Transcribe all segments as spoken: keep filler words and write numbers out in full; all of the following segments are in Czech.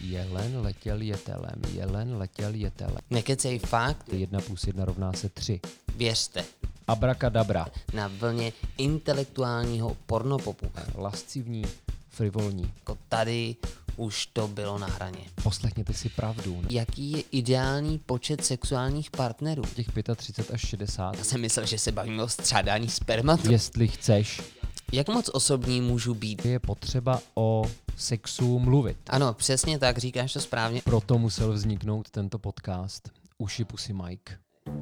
Jelen letěl jetelem, jelen letěl jetelem. Nekecej fakt, Jedna plus jedna rovná se tři. věřte, Abrakadabra. na vlně intelektuálního pornopopu. Lascivní, frivolní. Jako tady už to bylo na hraně. Poslechněte si pravdu. Jaký je ideální počet sexuálních partnerů? Těch třicet pět až šedesát. Já jsem myslel, že se bavíme o střádání spermatu. Jestli chceš, Jak moc osobní můžu být? je potřeba o sexu mluvit. Ano, přesně tak, říkáš to správně. Proto musel vzniknout tento podcast Uši Pusy Mike.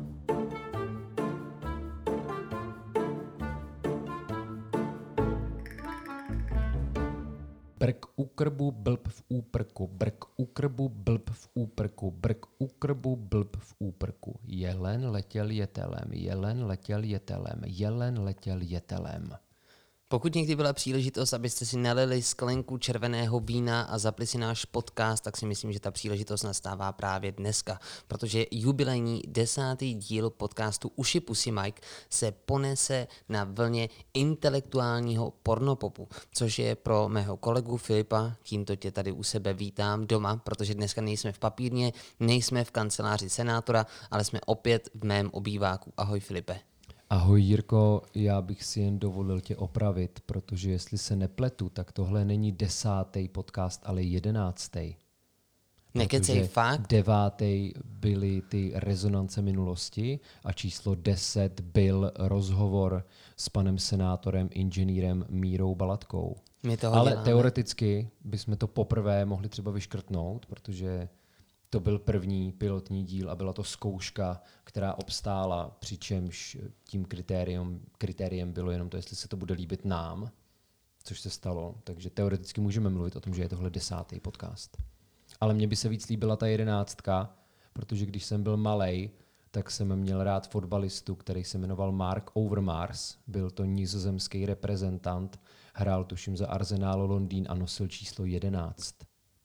Brk u krbu, blb v úprku, brk u krbu, blb v úprku, brk u krbu, blb v úprku. Jelen letěl jetelem, jelen letěl jetelem, jelen letěl jetelem. Pokud někdy byla příležitost, abyste si nalili sklenku červeného vína a zapli si náš podcast, tak si myslím, že ta příležitost nastává právě dneska, protože jubilejní desátý díl podcastu Uši Pusy Mike se ponese na vlně intelektuálního pornopopu, což je pro mého kolegu Filipa, tímto tě tady u sebe vítám doma, protože dneska nejsme v papírně, nejsme v kanceláři senátora, ale jsme opět v mém obýváku. Ahoj Filipe. Ahoj Jirko, já bych si jen dovolil tě opravit, protože jestli se nepletu, tak tohle není desátý podcast, ale jedenáctý. Nekecej fakt? Devátý byly ty rezonance minulosti a číslo deset byl rozhovor s panem senátorem, inženýrem Mírou Balatkou. My toho Ale děláme. teoreticky bychom to poprvé mohli třeba vyškrtnout, protože to byl první pilotní díl a byla to zkouška, která obstála, přičemž tím kritériem, kritériem bylo jenom to, jestli se to bude líbit nám, což se stalo. Takže teoreticky můžeme mluvit o tom, že je tohle desátý podcast. Ale mně by se víc líbila ta jedenáctka, protože když jsem byl malej, tak jsem měl rád fotbalistu, který se jmenoval Mark Overmars. Byl to nizozemský reprezentant, hrál tuším za Arsenal Londýn a nosil číslo jedenáct.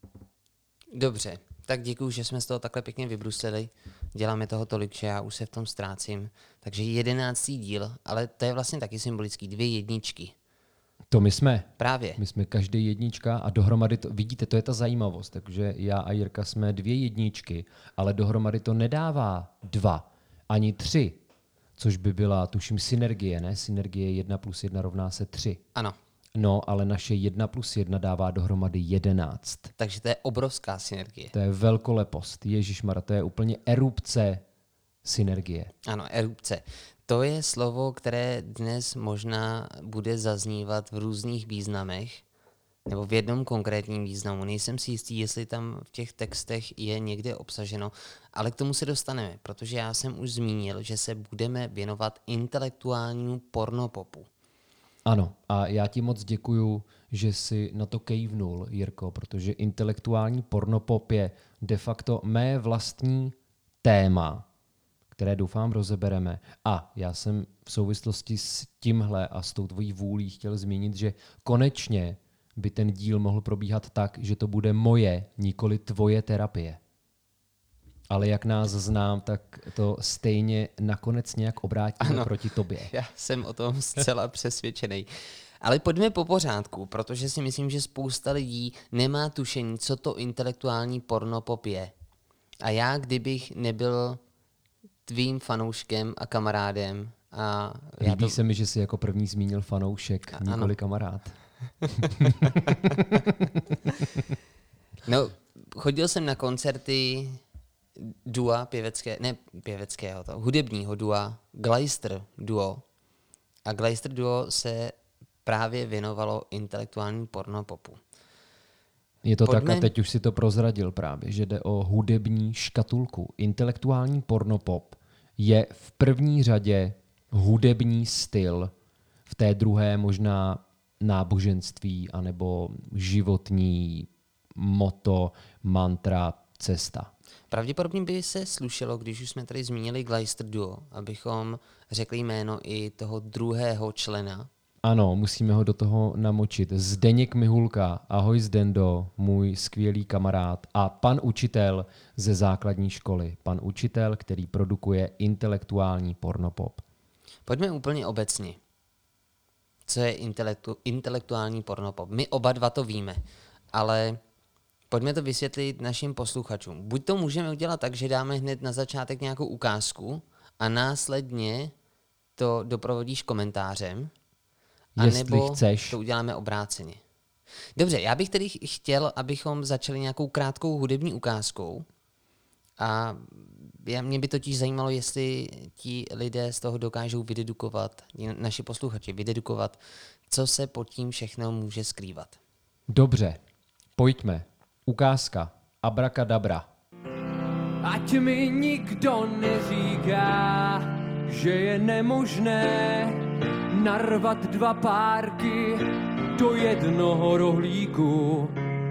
Dobře, tak děkuju, že jsme z toho takhle pěkně vybruslili. Děláme toho tolik, že já už se v tom ztrácím. Takže jedenáctý díl, ale to je vlastně taky symbolický. Dvě jedničky. To my jsme. Právě. My jsme každý jednička a dohromady to, vidíte, to je ta zajímavost, takže já a Jirka jsme dvě jedničky, ale dohromady to nedává dva, ani tři, což by byla, tuším, synergie, ne? Synergie jedna plus jedna rovná se tři. Ano, No, ale naše jedna plus jedna dává dohromady jedenáct. takže to je obrovská synergie. To je velkolepost, ježišmar, to je úplně erupce synergie. Ano, erupce. To je slovo, které dnes možná bude zaznívat v různých významech, nebo v jednom konkrétním významu. Nejsem si jistý, jestli tam v těch textech je někde obsaženo, ale k tomu se dostaneme, protože já jsem už zmínil, že se budeme věnovat intelektuálnímu pornopopu. Ano, a já ti moc děkuju, že jsi na to kejvnul, Jirko, protože intelektuální pornopop je de facto mé vlastní téma, které doufám rozebereme. A já jsem v souvislosti s tímhle a s tou tvojí vůlí chtěl zmínit, že konečně by ten díl mohl probíhat tak, že to bude moje, nikoli tvoje terapie. Ale jak nás znám, tak to stejně nakonec nějak obrátíme Ano. proti tobě. Já jsem o tom zcela přesvědčený. Ale pojďme po pořádku, protože si myslím, že spousta lidí nemá tušení, co to intelektuální pornopop je. A já, kdybych nebyl tvým fanouškem a kamarádem, a já Líbí to... se mi, že jsi jako první zmínil fanoušek, A- nikoli ano. kamarád. No, chodil jsem na koncerty dua pěvecké, ne pěveckého, to, hudebního dua, Gleister duo. A Gleister duo se právě věnovalo intelektuálnímu pornopopu. Je to Pojďme- tak a teď už si to prozradil právě, že jde o hudební škatulku. Intelektuální pornopop je v první řadě hudební styl, v té druhé možná náboženství anebo životní moto, mantra, cesta. Pravděpodobně by se slušelo, když už jsme tady zmínili Gleister duo, abychom řekli jméno i toho druhého člena. Ano, musíme ho do toho namočit. Zdeněk Mihulka, ahoj Zdendo, můj skvělý kamarád a pan učitel ze základní školy. Pan učitel, který produkuje intelektuální pornopop. Pojďme úplně obecně. Co je intelektu, intelektuální pornopop? My oba dva to víme, ale Pojďme to vysvětlit našim posluchačům. Buď to můžeme udělat tak, že dáme hned na začátek nějakou ukázku a následně to doprovodíš komentářem, anebo to uděláme obráceně. Dobře, já bych tedy chtěl, abychom začali nějakou krátkou hudební ukázkou a mě by totiž zajímalo, jestli ti lidé z toho dokážou vydedukovat, naši posluchači vydedukovat, co se pod tím všechno může skrývat. Dobře, pojďme. Ukázka. Abrakadabra. Ať mi nikdo neříká, že je nemožné narvat dva párky do jednoho rohlíku.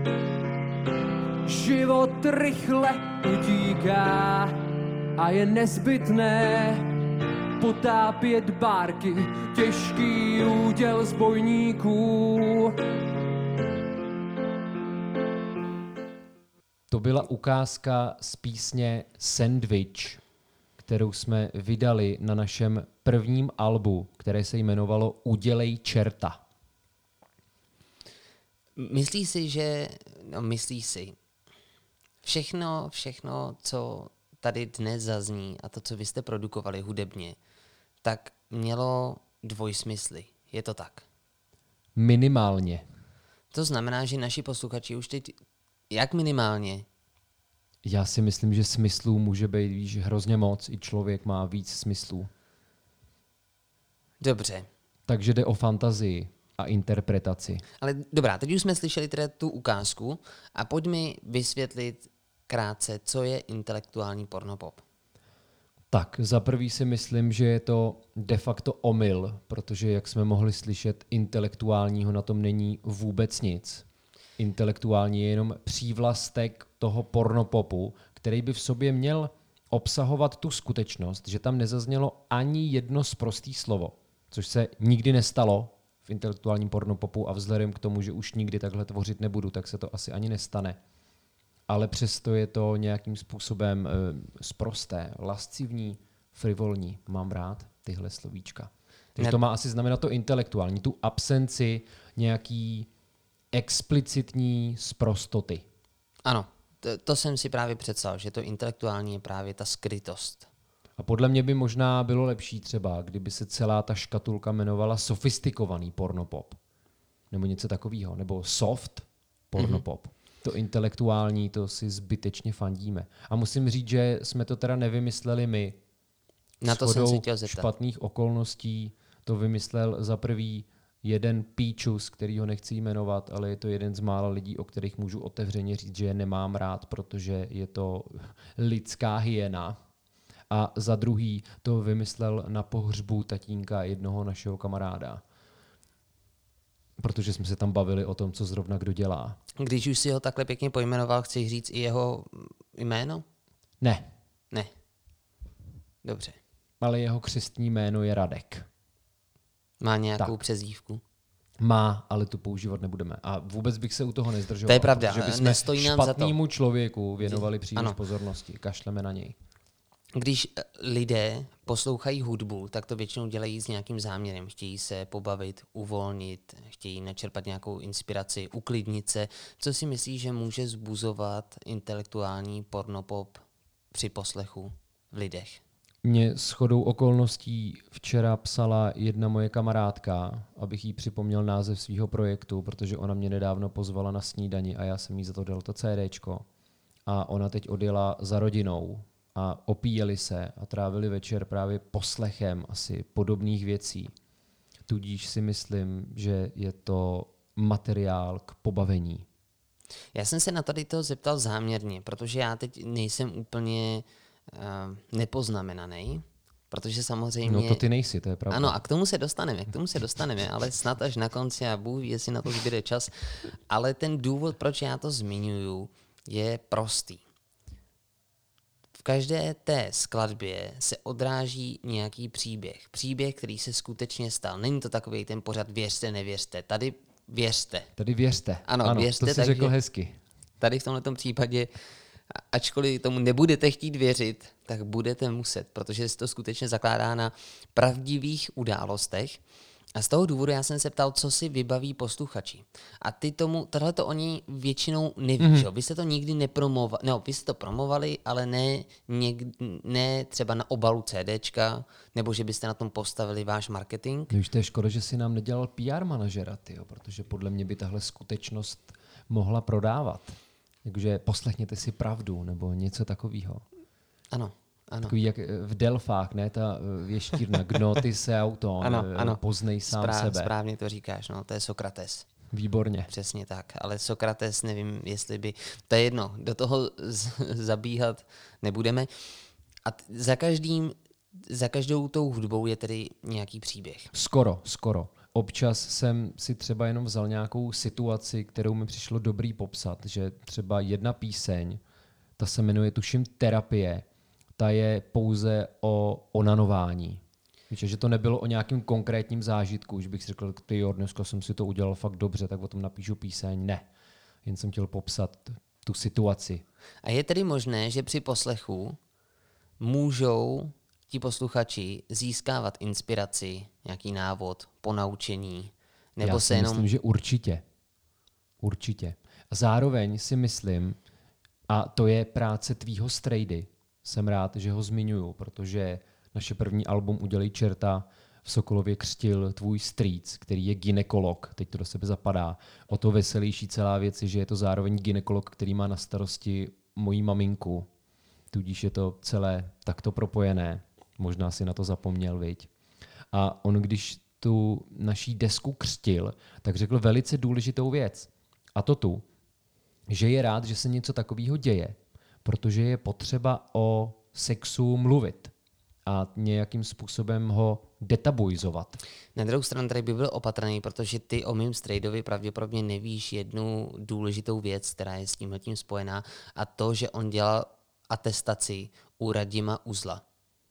Život rychle utíká a je nezbytné potápět bárky, těžký úděl zbojníků. To byla ukázka z písně Sandwich, kterou jsme vydali na našem prvním albu, které se jmenovalo Udělej čerta. Myslíš si, že... No, myslíš si. Všechno, všechno, co tady dnes zazní a to, co vy jste produkovali hudebně, tak mělo dvojsmysly. Je to tak? Minimálně. To znamená, že naši posluchači už teď... Jak minimálně? Já si myslím, že smyslů může být víš, hrozně moc. I člověk má víc smyslů. Dobře. Takže jde o fantazii a interpretaci. Ale dobrá, teď už jsme slyšeli teda tu ukázku a pojď mi vysvětlit krátce, co je intelektuální pornopop. Tak, za prvý si myslím, že je to de facto omyl, protože jak jsme mohli slyšet, intelektuálního na tom není vůbec nic. Intelektuální je jenom přívlastek toho pornopopu, který by v sobě měl obsahovat tu skutečnost, že tam nezaznělo ani jedno sprostý slovo, což se nikdy nestalo v intelektuálním pornopopu a vzhledem k tomu, že už nikdy takhle tvořit nebudu, tak se to asi ani nestane. Ale přesto je to nějakým způsobem e, sprosté, lascivní, frivolní. Mám rád tyhle slovíčka. Takže ne. To má asi znamenat to intelektuální, tu absenci nějaký explicitní sprostoty. Ano, to, to jsem si právě představil, že to intelektuální je právě ta skrytost. A podle mě by možná bylo lepší třeba, kdyby se celá ta škatulka jmenovala sofistikovaný pornopop. Nebo něco takového. Nebo soft pornopop. Mm-hmm. To intelektuální, to si zbytečně fandíme. A musím říct, že jsme to teda nevymysleli my. Na to jsem se chtěl zeptat. Špatných okolností to vymyslel za prvý jeden píčus, který ho nechci jmenovat, ale je to jeden z mála lidí, o kterých můžu otevřeně říct, že je nemám rád, protože je to lidská hyena. A za druhý to vymyslel na pohřbu tatínka jednoho našeho kamaráda. Protože jsme se tam bavili o tom, co zrovna kdo dělá. Když už si ho takhle pěkně pojmenoval, chceš říct i jeho jméno? Ne. Ne. Dobře. Ale jeho křestní jméno je Radek. Má nějakou tak. přezdívku? Má, ale tu používat nebudeme. A vůbec bych se u toho nezdržoval. To je pravda. Protože bychom Nestojí nám špatnému za to. člověku věnovali příliš ano. pozornosti. Kašleme na něj. Když lidé poslouchají hudbu, tak to většinou dělají s nějakým záměrem. Chtějí se pobavit, uvolnit, chtějí načerpat nějakou inspiraci, uklidnit se. Co si myslíš, že může zbuzovat intelektuální pornopop při poslechu v lidech? Mě shodou okolností včera psala jedna moje kamarádka, abych jí připomněl název svého projektu, protože ona mě nedávno pozvala na snídani a já jsem jí za to dal to CDčko. A ona teď odjela za rodinou a opíjeli se a trávili večer právě poslechem asi podobných věcí. Tudíž si myslím, že je to materiál k pobavení. Já jsem se na tady to zeptal záměrně, protože já teď nejsem úplně uh, nepoznamenaný, protože samozřejmě... No to ty nejsi, to je pravda. Ano, a k tomu se dostaneme, k tomu se dostaneme, ale snad až na konci a Bůh ví, jestli na to zbyde čas. Ale ten důvod, proč já to zmiňuju, je prostý. V každé té skladbě se odráží nějaký příběh. Příběh, který se skutečně stal. Není to takový ten pořad věřte, nevěřte. Tady věřte. Tady věřte. Ano, ano věřte. To jsi řekl hezky. Tady v tomto případě, ačkoliv tomu nebudete chtít věřit, tak budete muset, protože se to skutečně zakládá na pravdivých událostech. A z toho důvodu já jsem se ptal, co si vybaví posluchači. A ty tomu, tohle to oni většinou neví, mm-hmm. že? Vy jste to nikdy nepromovali, no, vy jste to promovali, ale ne, něk, ne třeba na obalu CDčka, nebo že byste na tom postavili váš marketing. No už to je škoda, že si nám nedělal P R manažera, tyjo, protože podle mě by tahle skutečnost mohla prodávat. Takže poslechněte si pravdu, nebo něco takového. Ano. Ano. Takový jak v Delfách, ne? Ta věštírna, gnóty se auton, ano, ano. poznej sám Správně, sebe. Správně to říkáš, no, to je Sokrates. Výborně. Přesně tak, ale Sokrates, nevím, jestli by, to je jedno, do toho z- zabíhat nebudeme. A t- za každým, za každou tou hudbou je tedy nějaký příběh. Skoro, skoro. Občas jsem si třeba jenom vzal nějakou situaci, kterou mi přišlo dobrý popsat, že třeba jedna píseň, ta se jmenuje tuším Terapie, ta je pouze o onanování. Víš, že to nebylo o nějakém konkrétním zážitku, už bych si řekl, ty jo, dneska jsem si to udělal fakt dobře, tak o tom napíšu píseň. Ne, jen jsem chtěl popsat tu situaci. A je tedy možné, že při poslechu můžou ti posluchači získávat inspiraci, nějaký návod, ponaučení, nebo Já se si jenom... myslím, že určitě. Určitě. A zároveň si myslím, a to je práce tvýho strejdy, jsem rád, že ho zmiňuju, protože naše první album Udělej čerta v Sokolově křtil tvůj strýc, který je gynekolog, teď to do sebe zapadá. O to veselější celá věc je, že je to zároveň gynekolog, který má na starosti moji maminku. Tudíž je to celé takto propojené. Možná si na to zapomněl, viď? A on, když tu naší desku křtil, tak řekl velice důležitou věc. A to tu, že je rád, že se něco takového děje, protože je potřeba o sexu mluvit a nějakým způsobem ho detabuizovat. Na druhou stranu tady by byl opatrný, protože ty o mým strejdovi pravděpodobně nevíš jednu důležitou věc, která je s tímhletím spojená, a to, že on dělal atestaci u Radima Uzla.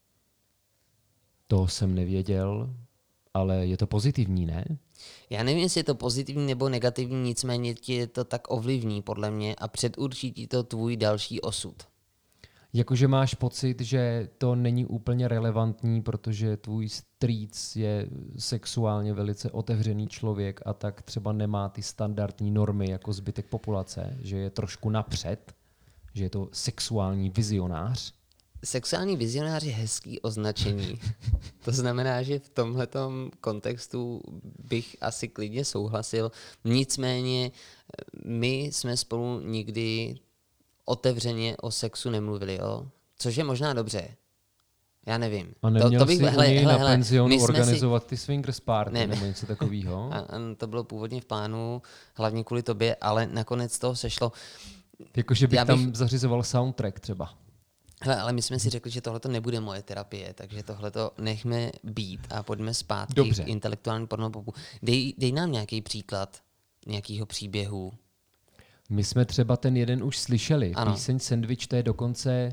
To jsem nevěděl, ale je to pozitivní, ne? Já nevím, jestli je to pozitivní nebo negativní, nicméně ti to tak ovlivní podle mě a předurčí ti to tvůj další osud. Jakože máš pocit, že to není úplně relevantní, protože tvůj strýc je sexuálně velice otevřený člověk a tak třeba nemá ty standardní normy jako zbytek populace, že je trošku napřed, že je to sexuální vizionář. Sexuální vizionář je hezký označení. To znamená, že v tomhletom kontextu bych asi klidně souhlasil. Nicméně my jsme spolu nikdy otevřeně o sexu nemluvili, jo? Což je možná dobře. Já nevím. A neměl to, to bych, jsi hele, u něj hele, na hele, penzionu si- organizovat ty swingers party Ne, ne. nebo něco takového? A, a to bylo původně v plánu, hlavně kvůli tobě, ale nakonec toho sešlo. Jakože bych, Já bych- tam zařizoval soundtrack třeba. Hele, ale my jsme si řekli, že tohle to nebude moje terapie, takže tohle to nechme být a pojďme zpátky Dobře. k intelektuální pornopopu. Dej, dej nám nějaký příklad nějakého příběhu. My jsme třeba ten jeden už slyšeli. Ano. Píseň Sandwich, to je dokonce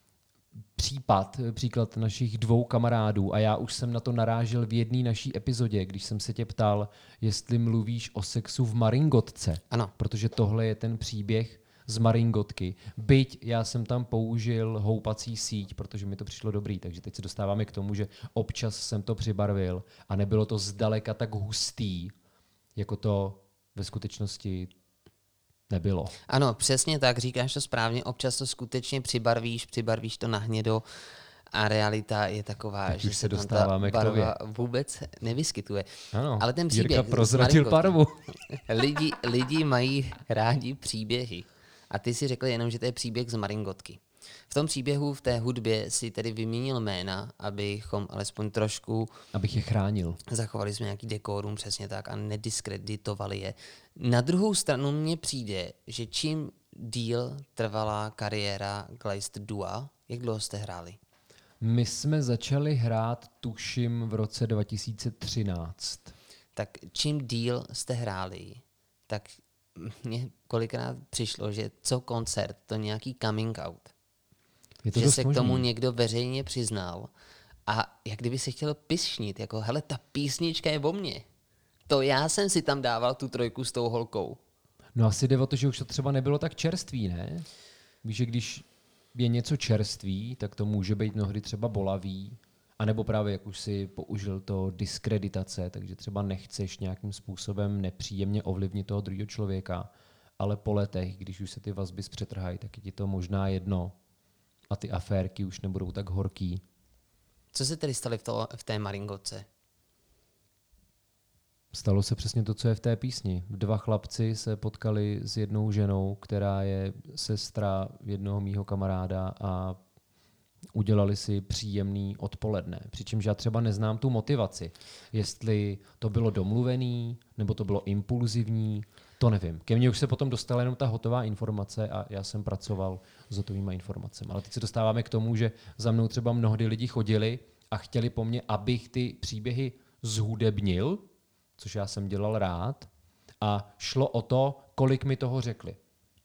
případ, příklad našich dvou kamarádů a já už jsem na to narážel v jedné naší epizodě, když jsem se tě ptal, jestli mluvíš o sexu v Maringotce. Ano. Protože tohle je ten příběh z Maringotky. Byť já jsem tam použil houpací síť, protože mi to přišlo dobrý, takže teď se dostáváme k tomu, že občas jsem to přibarvil a nebylo to zdaleka tak hustý, jako to ve skutečnosti nebylo. Ano, přesně tak, říkáš to správně, občas to skutečně přibarvíš, přibarvíš to na hnědo a realita je taková, Tak že už se se tam dostáváme ta k tobě. barva vůbec nevyskytuje. Ano, Ale ten příběh Jirka z prozradil Maringotky. barvu. lidi, lidi mají rádi příběhy. A ty si řekl jenom, že to je příběh z Maringotky. V tom příběhu, v té hudbě si tedy vymínil jména, abychom alespoň trošku Abych je chránil. zachovali jsme nějaký dekorum, přesně tak, a nediskreditovali je. Na druhou stranu mně přijde, že čím díl trvala kariéra Gleist Dua, jak dlouho jste hráli? My jsme začali hrát, tuším, v roce dva tisíce třináct. Tak čím díl jste hráli, tak mně kolikrát přišlo, že co koncert, to nějaký coming out. Je to Že dost se k možný. tomu někdo veřejně přiznal a jak kdyby se chtěl pišnit, jako hele, ta písnička je o mně. To já jsem si tam dával tu trojku s tou holkou. No asi jde o to, že už to třeba nebylo tak čerstvý, ne? Víš, že když je něco čerstvý, tak to může být mnohdy třeba bolavý A nebo právě, jak už si použil to diskreditace, takže třeba nechceš nějakým způsobem nepříjemně ovlivnit toho druhého člověka, ale po letech, když už se ty vazby zpřetrhají, tak je ti to možná jedno a ty aférky už nebudou tak horký. Co se tedy stalo v, to, v té Maringotce? Stalo se přesně to, co je v té písni. Dva chlapci se potkali s jednou ženou, která je sestra jednoho mýho kamaráda a udělali si příjemný odpoledne. Přičemž já třeba neznám tu motivaci. Jestli to bylo domluvený, nebo to bylo impulzivní, to nevím. Ke mně už se potom dostala jenom ta hotová informace a já jsem pracoval s hotovýma informacemi. Ale teď se dostáváme k tomu, že za mnou třeba mnohdy lidi chodili a chtěli po mně, abych ty příběhy zhudebnil, což já jsem dělal rád, a šlo o to, kolik mi toho řekli.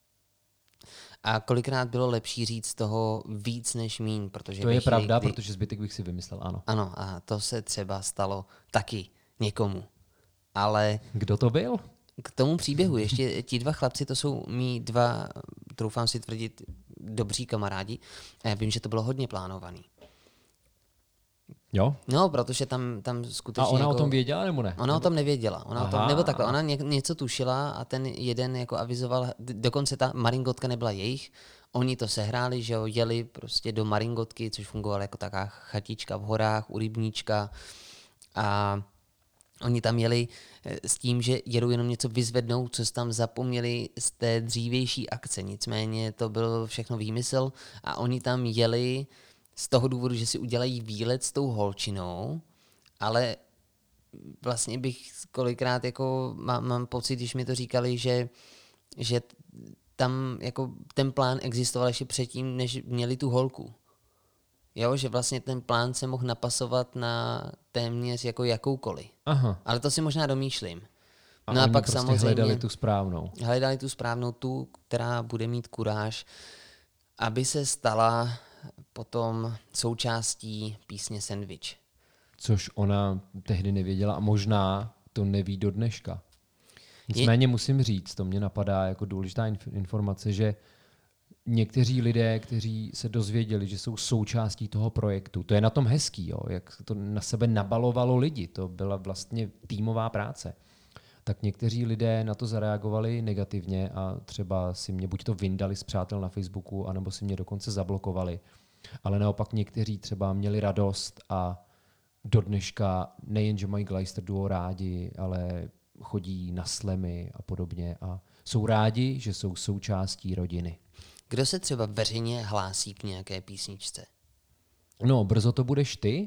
A kolikrát bylo lepší říct toho víc než míň, protože... To je chvíli, pravda, kdy... protože zbytek bych si vymyslel, ano. Ano, a to se třeba stalo taky někomu. Ale... Kdo to byl? K tomu příběhu ještě ti dva chlapci, to jsou mý dva, troufám si tvrdit, dobří kamarádi. A já vím, že to bylo hodně plánovaný. Jo? No, protože tam, tam skutečně... A ona jako, o tom věděla, nebo ne? Ona nebo... o tom nevěděla. Ona o tom, nebo takhle, ona ně, něco tušila a ten jeden jako avizoval, dokonce ta Maringotka nebyla jejich, oni to sehráli, že jo, jeli prostě do Maringotky, což fungovala jako taková chatička v horách, u rybníčka a oni tam jeli s tím, že jedou jenom něco vyzvednout, co tam zapomněli z té dřívější akce. Nicméně to byl všechno výmysl a oni tam jeli z toho důvodu, že si udělají výlet s tou holčinou, ale vlastně bych kolikrát jako má, mám pocit, když mi to říkali, že, že tam jako ten plán existoval ještě předtím, než měli tu holku. Jo, že vlastně ten plán se mohl napasovat na téměř jako jakoukoliv. Aha. Ale to si možná domýšlím. A no oni a pak prostě samozřejmě hledali tu správnou. Hledali tu správnou, tu, která bude mít kuráž, aby se stala potom součástí písně Sandwich. Což ona tehdy nevěděla a možná to neví do dneška. Nicméně je... musím říct, to mě napadá jako důležitá inf- informace, že někteří lidé, kteří se dozvěděli, že jsou součástí toho projektu, to je na tom hezký, jo, jak to na sebe nabalovalo lidi, to byla vlastně týmová práce, tak někteří lidé na to zareagovali negativně a třeba si mě buď to vyndali z přátel na Facebooku, anebo si mě dokonce zablokovali. Ale naopak někteří třeba měli radost a do dneška nejen, že mají Gleister Duo rádi, ale chodí na slemy a podobně a jsou rádi, že jsou součástí rodiny. Kdo se třeba veřejně hlásí k nějaké písničce? No, brzo to budeš ty.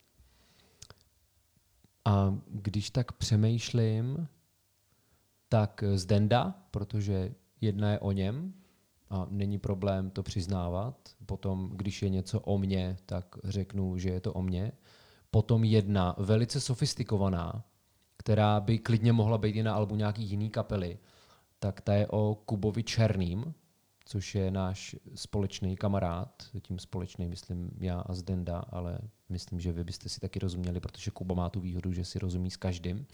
A když tak přemýšlím, tak Zdenda, protože jedna je o něm a není problém to přiznávat. Potom, když je něco o mně, tak řeknu, že je to o mně. Potom jedna velice sofistikovaná, která by klidně mohla být i na albu nějaký jiný kapely, tak ta je o Kubovi Černým, což je náš společný kamarád. Tím společný myslím já a Zdenda, ale myslím, že vy byste si taky rozuměli, protože Kuba má tu výhodu, že si rozumí s každým.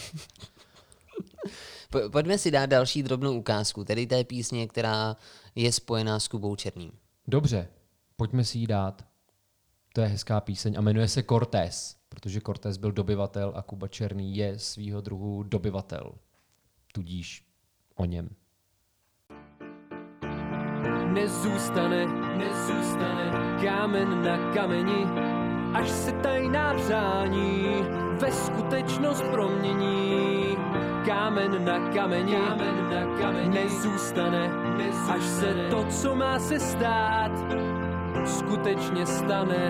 Pojďme si dát další drobnou ukázku, tedy té písně, která je spojená s Kubou Černým. Dobře, pojďme si ji dát. To je hezká píseň a jmenuje se Cortés, protože Cortés byl dobyvatel a Kuba Černý je svýho druhu dobyvatel. Tudíž o něm. Nezůstane, nezůstane kámen na kameni, až se tajná přání ve skutečnost promění. Kámen na kameni, kámen na kameni nezůstane, nezůstane, až se to, co má se stát, skutečně stane.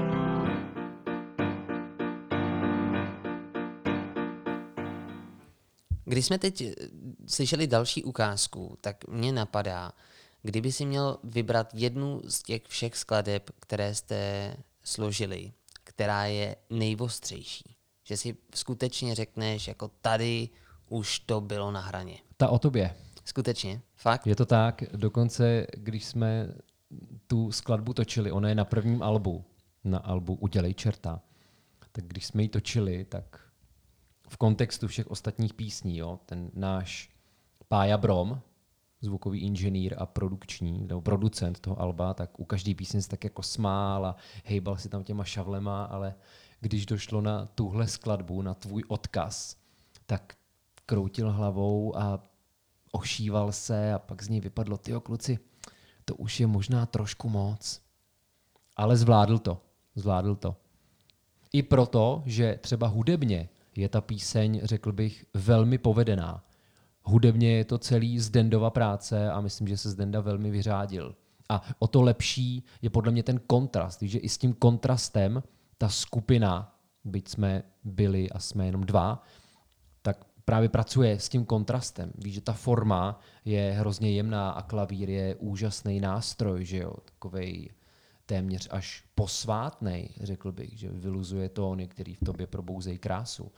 Když jsme teď slyšeli další ukázku, tak mě napadá, kdyby si měl vybrat jednu z těch všech skladeb, které jste složili, která je nejostřejší, že si skutečně řekneš, jako tady už to bylo na hraně. Ta o tobě. Skutečně? Fakt? Je to tak, dokonce když jsme tu skladbu točili, ona je na prvním albu, na albu Udělej čerta, tak když jsme ji točili, tak v kontextu všech ostatních písní, jo, ten náš Pája Brom, zvukový inženýr a produkční, nebo producent toho alba, tak u každý písně se tak jako smál a hejbal si tam těma šavlema, ale když došlo na tuhle skladbu, na tvůj odkaz, tak kroutil hlavou a ošíval se a pak z něj vypadlo, tyjo kluci, to už je možná trošku moc. Ale zvládl to. Zvládl to. I proto, že třeba hudebně je ta píseň, řekl bych, velmi povedená. Hudebně je to celý Zdendova práce a myslím, že se Zdenda velmi vyřádil. A o to lepší je podle mě ten kontrast, že i s tím kontrastem ta skupina, byť jsme byli a jsme jenom dva, tak právě pracuje s tím kontrastem. Víš, že ta forma je hrozně jemná a klavír je úžasný nástroj, že jo, takovej téměř až posvátnej, řekl bych, že vyluzuje tóny, který v tobě probouzejí krásu.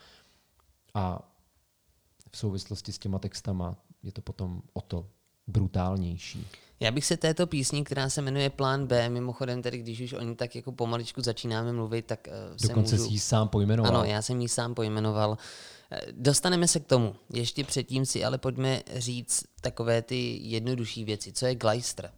A v souvislosti s těma textama je to potom o to brutálnější. Já bych se této písni, která se jmenuje Plán B, mimochodem tedy, když už o ní tak jako pomaličku začínáme mluvit, tak uh, se Dokonce můžu... jsi ji sám pojmenoval. Ano, já jsem ji sám pojmenoval. Dostaneme se k tomu. Ještě předtím si ale pojďme říct takové ty jednodušší věci. Co je Gleister?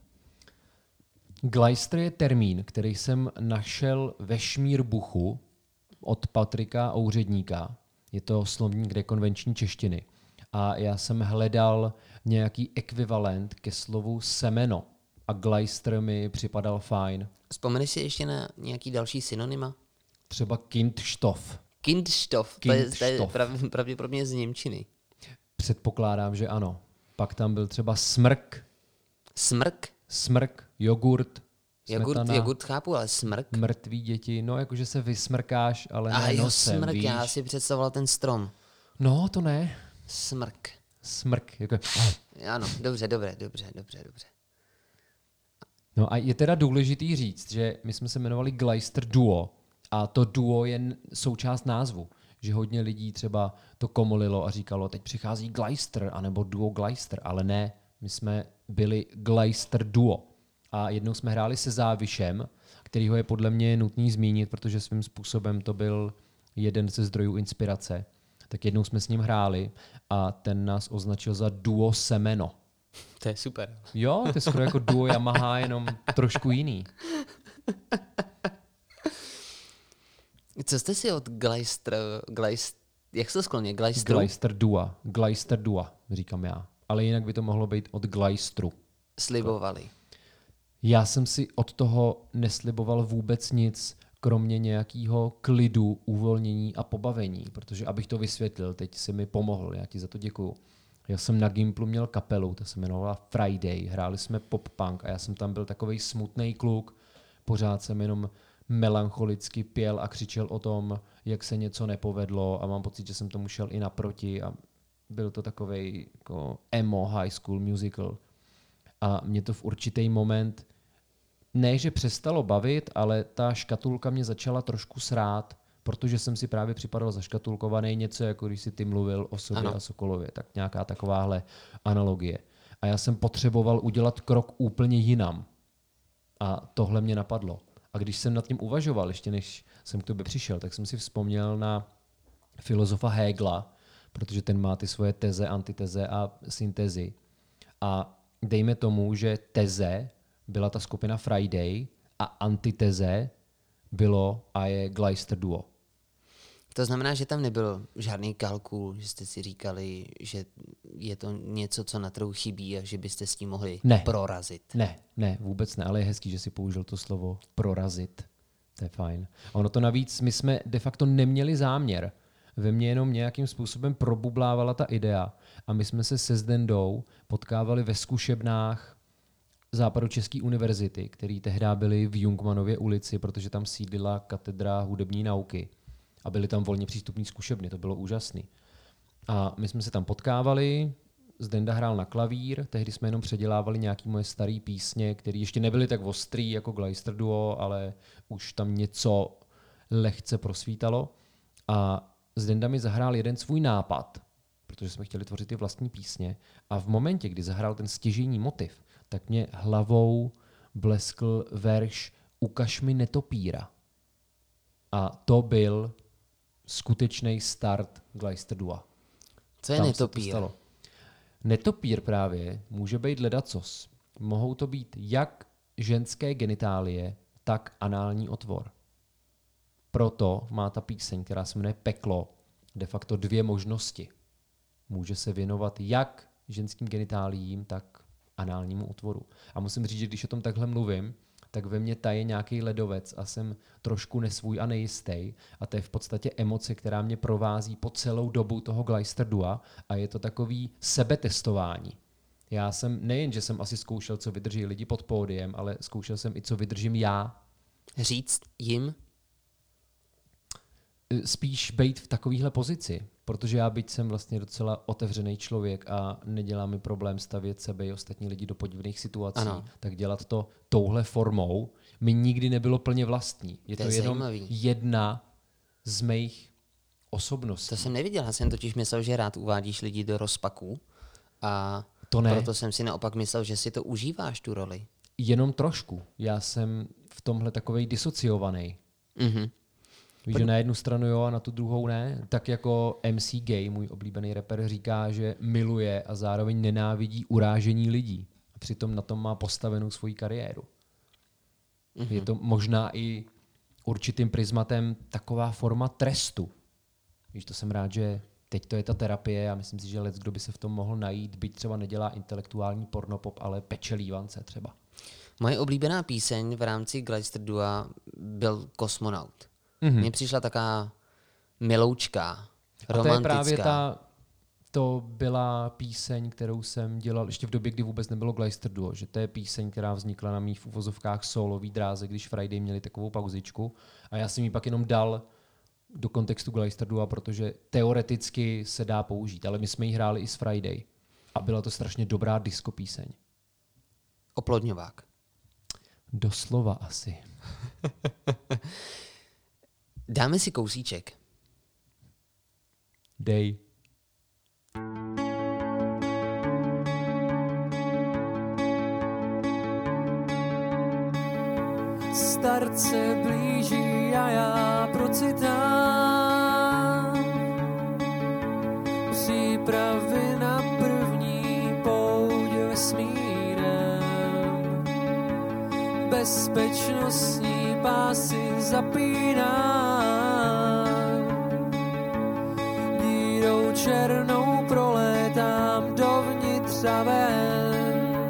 Gleister je termín, který jsem našel ve Šmírbuchu od Patrika Ouředníka. Je to slovník rekonvenční češtiny. A já jsem hledal nějaký ekvivalent ke slovu semeno. A Gleister mi připadal fajn. Vzpomeneš si ještě na nějaký další synonyma? Třeba Kindstoff. Kindstoff. To je, to je prav, pravděpodobně z němčiny. Předpokládám, že ano. Pak tam byl třeba smrk. Smrk? Smrk, jogurt, Jogurt, smetana, jogurt chápu, ale smrk? mrtví děti. No, jakože se vysmrkáš, ale A ne jo, nosem, smrk, víš. já si představoval ten strom. No, to ne. Smrk. Smrk. Jako... Ano, dobře, dobře, dobře, dobře, dobře. No a je teda důležitý říct, že my jsme se jmenovali Gleister Duo a to duo je součást názvu. Že hodně lidí třeba to komolilo a říkalo, teď přichází Gleister, anebo duo Gleister, ale ne, my jsme byli Gleister Duo. A jednou jsme hráli se Závišem, kterýho je podle mě nutný zmínit, protože svým způsobem to byl jeden ze zdrojů inspirace. Tak jednou jsme s ním hráli a ten nás označil za duo semeno. To je super. Jo, to je skoro jako duo Yamaha, jenom trošku jiný. Co jste si od Gleister, Gleist, jak se to skloně, Gleistru? Gleister Dua, Gleister Dua, říkám já. Ale jinak by to mohlo být od Gleistru. Slibovali. Já jsem si od toho nesliboval vůbec nic, kromě nějakého klidu, uvolnění a pobavení, protože abych to vysvětlil, teď si mi pomohl, já ti za to děkuju. Já jsem na Gimplu měl kapelu, ta se jmenovala Friday, hráli jsme pop-punk a já jsem tam byl takovej smutný kluk, pořád jsem jenom melancholicky pěl a křičel o tom, jak se něco nepovedlo a mám pocit, že jsem tomu šel i naproti a byl to takovej jako emo high school musical. A mě to v určitý moment ne, že přestalo bavit, ale ta škatulka mě začala trošku srát, protože jsem si právě připadal zaškatulkovaný něco, jako když si ty mluvil o sobě ano. a Sokolově, tak nějaká takováhle analogie. A já jsem potřeboval udělat krok úplně jinam. A tohle mě napadlo. A když jsem nad tím uvažoval, ještě než jsem k tobě přišel, tak jsem si vzpomněl na filozofa Hegela, protože ten má ty svoje teze, antiteze a syntézy. A dejme tomu, že teze byla ta skupina Friday a antiteze bylo a je Gleister Duo. To znamená, že tam nebyl žádný kalkul, že jste si říkali, že je to něco, co na trhu chybí a že byste s tím mohli ne. prorazit. Ne, ne, vůbec ne, ale je hezký, že si použil to slovo prorazit. To je fajn. A ono to navíc, my jsme de facto neměli záměr. Ve mně jenom nějakým způsobem probublávala ta idea a my jsme se se Zdendou potkávali ve zkušebnách Západočeské univerzity, které tehdy byly v Jungmanově ulici, protože tam sídlila katedra hudební nauky a byly tam volně přístupné zkušebny, to bylo úžasný. A my jsme se tam potkávali, Zdenda hrál na klavír, tehdy jsme jenom předělávali nějaké moje staré písně, které ještě nebyly tak ostrý jako Gleister Duo, ale už tam něco lehce prosvítalo. A Zdenda mi zahrál jeden svůj nápad, protože jsme chtěli tvořit ty vlastní písně. A v momentě, kdy zahrál ten stěžejní motiv, tak mě hlavou bleskl verš Ukaž mi netopíra. A to byl skutečný start Gleister Dua. Co je Tam netopír? netopír právě může být ledacos. Mohou to být jak ženské genitálie, tak anální otvor. Proto má ta píseň, která se jmenuje Peklo, de facto dvě možnosti. Může se věnovat jak ženským genitáliím, tak análnímu otvoru. A musím říct, že když o tom takhle mluvím, tak ve mně taje nějaký ledovec a jsem trošku nesvůj a nejistý. A to je v podstatě emoce, která mě provází po celou dobu toho Gleisterdua a je to takový sebetestování. Já jsem, nejen, že jsem asi zkoušel, co vydrží lidi pod pódiem, ale zkoušel jsem i, co vydržím já. Říct jim? Spíš být v takovéhle pozici, protože já byť jsem vlastně docela otevřený člověk a nedělá mi problém stavět sebe i ostatní lidi do podivných situací, ano. Tak dělat to touhle formou mi nikdy nebylo plně vlastní. Je to, to je jenom zajímavý. Jedna z mých osobností. To jsem neviděl, já jsem totiž myslel, že rád uvádíš lidi do rozpaků a to ne. Proto jsem si naopak myslel, že si to užíváš, tu roli. Jenom trošku. Já jsem v tomhle takovej disociovaný. Mhm. Víš, že na jednu stranu jo a na tu druhou ne. Tak jako M C Gay, můj oblíbený rapper, říká, že miluje a zároveň nenávidí urážení lidí. A přitom na tom má postavenou svoji kariéru. Mm-hmm. Je to možná i určitým prismatem taková forma trestu. Víš, to jsem rád, že teď to je ta terapie a myslím si, že lec, kdo by se v tom mohl najít, byť třeba nedělá intelektuální pornopop, ale peče lívance třeba. Moje oblíbená píseň v rámci Gleisterdua byl Kosmonaut. Mm-hmm. Mně přišla taká miloučká, romantická. A to je právě ta, to byla píseň, kterou jsem dělal ještě v době, kdy vůbec nebylo Gleisterduo, že to je píseň, která vznikla na mých v uvozovkách solový dráze, když Friday měli takovou pauzičku a já jsem ji pak jenom dal do kontextu Gleisterdua, protože teoreticky se dá použít, ale my jsme ji hráli i s Friday a byla to strašně dobrá disco píseň. Oplodňovák. Doslova asi. Dáme si kousíček. Dej. Start se blíží a já procitám přípravy na první pouť vesmírem. Bezpečnostní pásy zapínám, dírou černou prolétám dovnitř a ven.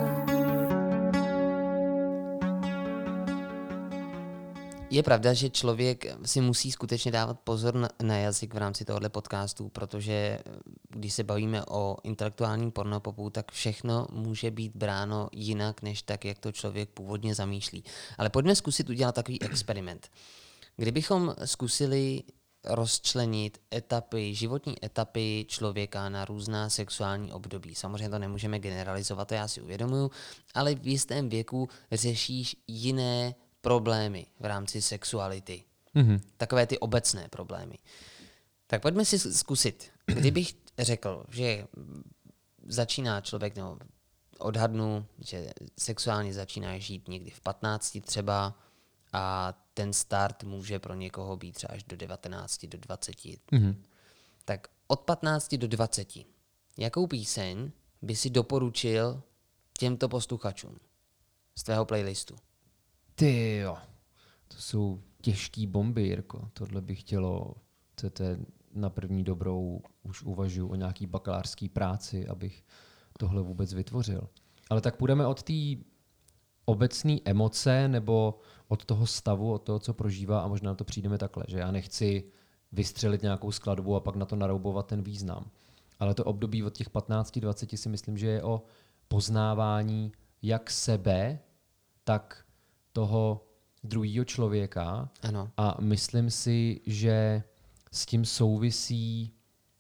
Je pravda, že člověk si musí skutečně dávat pozor na, na jazyk v rámci tohoto podcastu, protože když se bavíme o intelektuálním pornopopu, tak všechno může být bráno jinak, než tak, jak to člověk původně zamýšlí. Ale pojďme zkusit udělat takový experiment. Kdybychom zkusili rozčlenit etapy, životní etapy člověka na různá sexuální období. Samozřejmě to nemůžeme generalizovat, to já si uvědomuju, ale v jistém věku řešíš jiné problémy v rámci sexuality. Mm-hmm. Takové ty obecné problémy. Tak pojďme si zkusit. Kdybych řekl, že začíná člověk, no, odhadnu, že sexuálně začíná žít někdy v patnácti třeba a ten start může pro někoho být třeba až do devatenácti, do dvaceti. Mm-hmm. Tak od patnácti do dvaceti. Jakou píseň by si doporučil těmto posluchačům z tvého playlistu? Ty jo, to jsou těžký bomby, Jirko. Tohle bych chtělo, to je na první dobrou, už uvažuji o nějaký bakalářský práci, abych tohle vůbec vytvořil. Ale tak půjdeme od té obecné emoce nebo od toho stavu, od toho, co prožívá a možná na to přijdeme takhle, že já nechci vystřelit nějakou skladbu a pak na to naroubovat ten význam. Ale to období od těch patnácti dvaceti si myslím, že je o poznávání jak sebe, tak toho druhého člověka. Ano. A myslím si, že s tím souvisí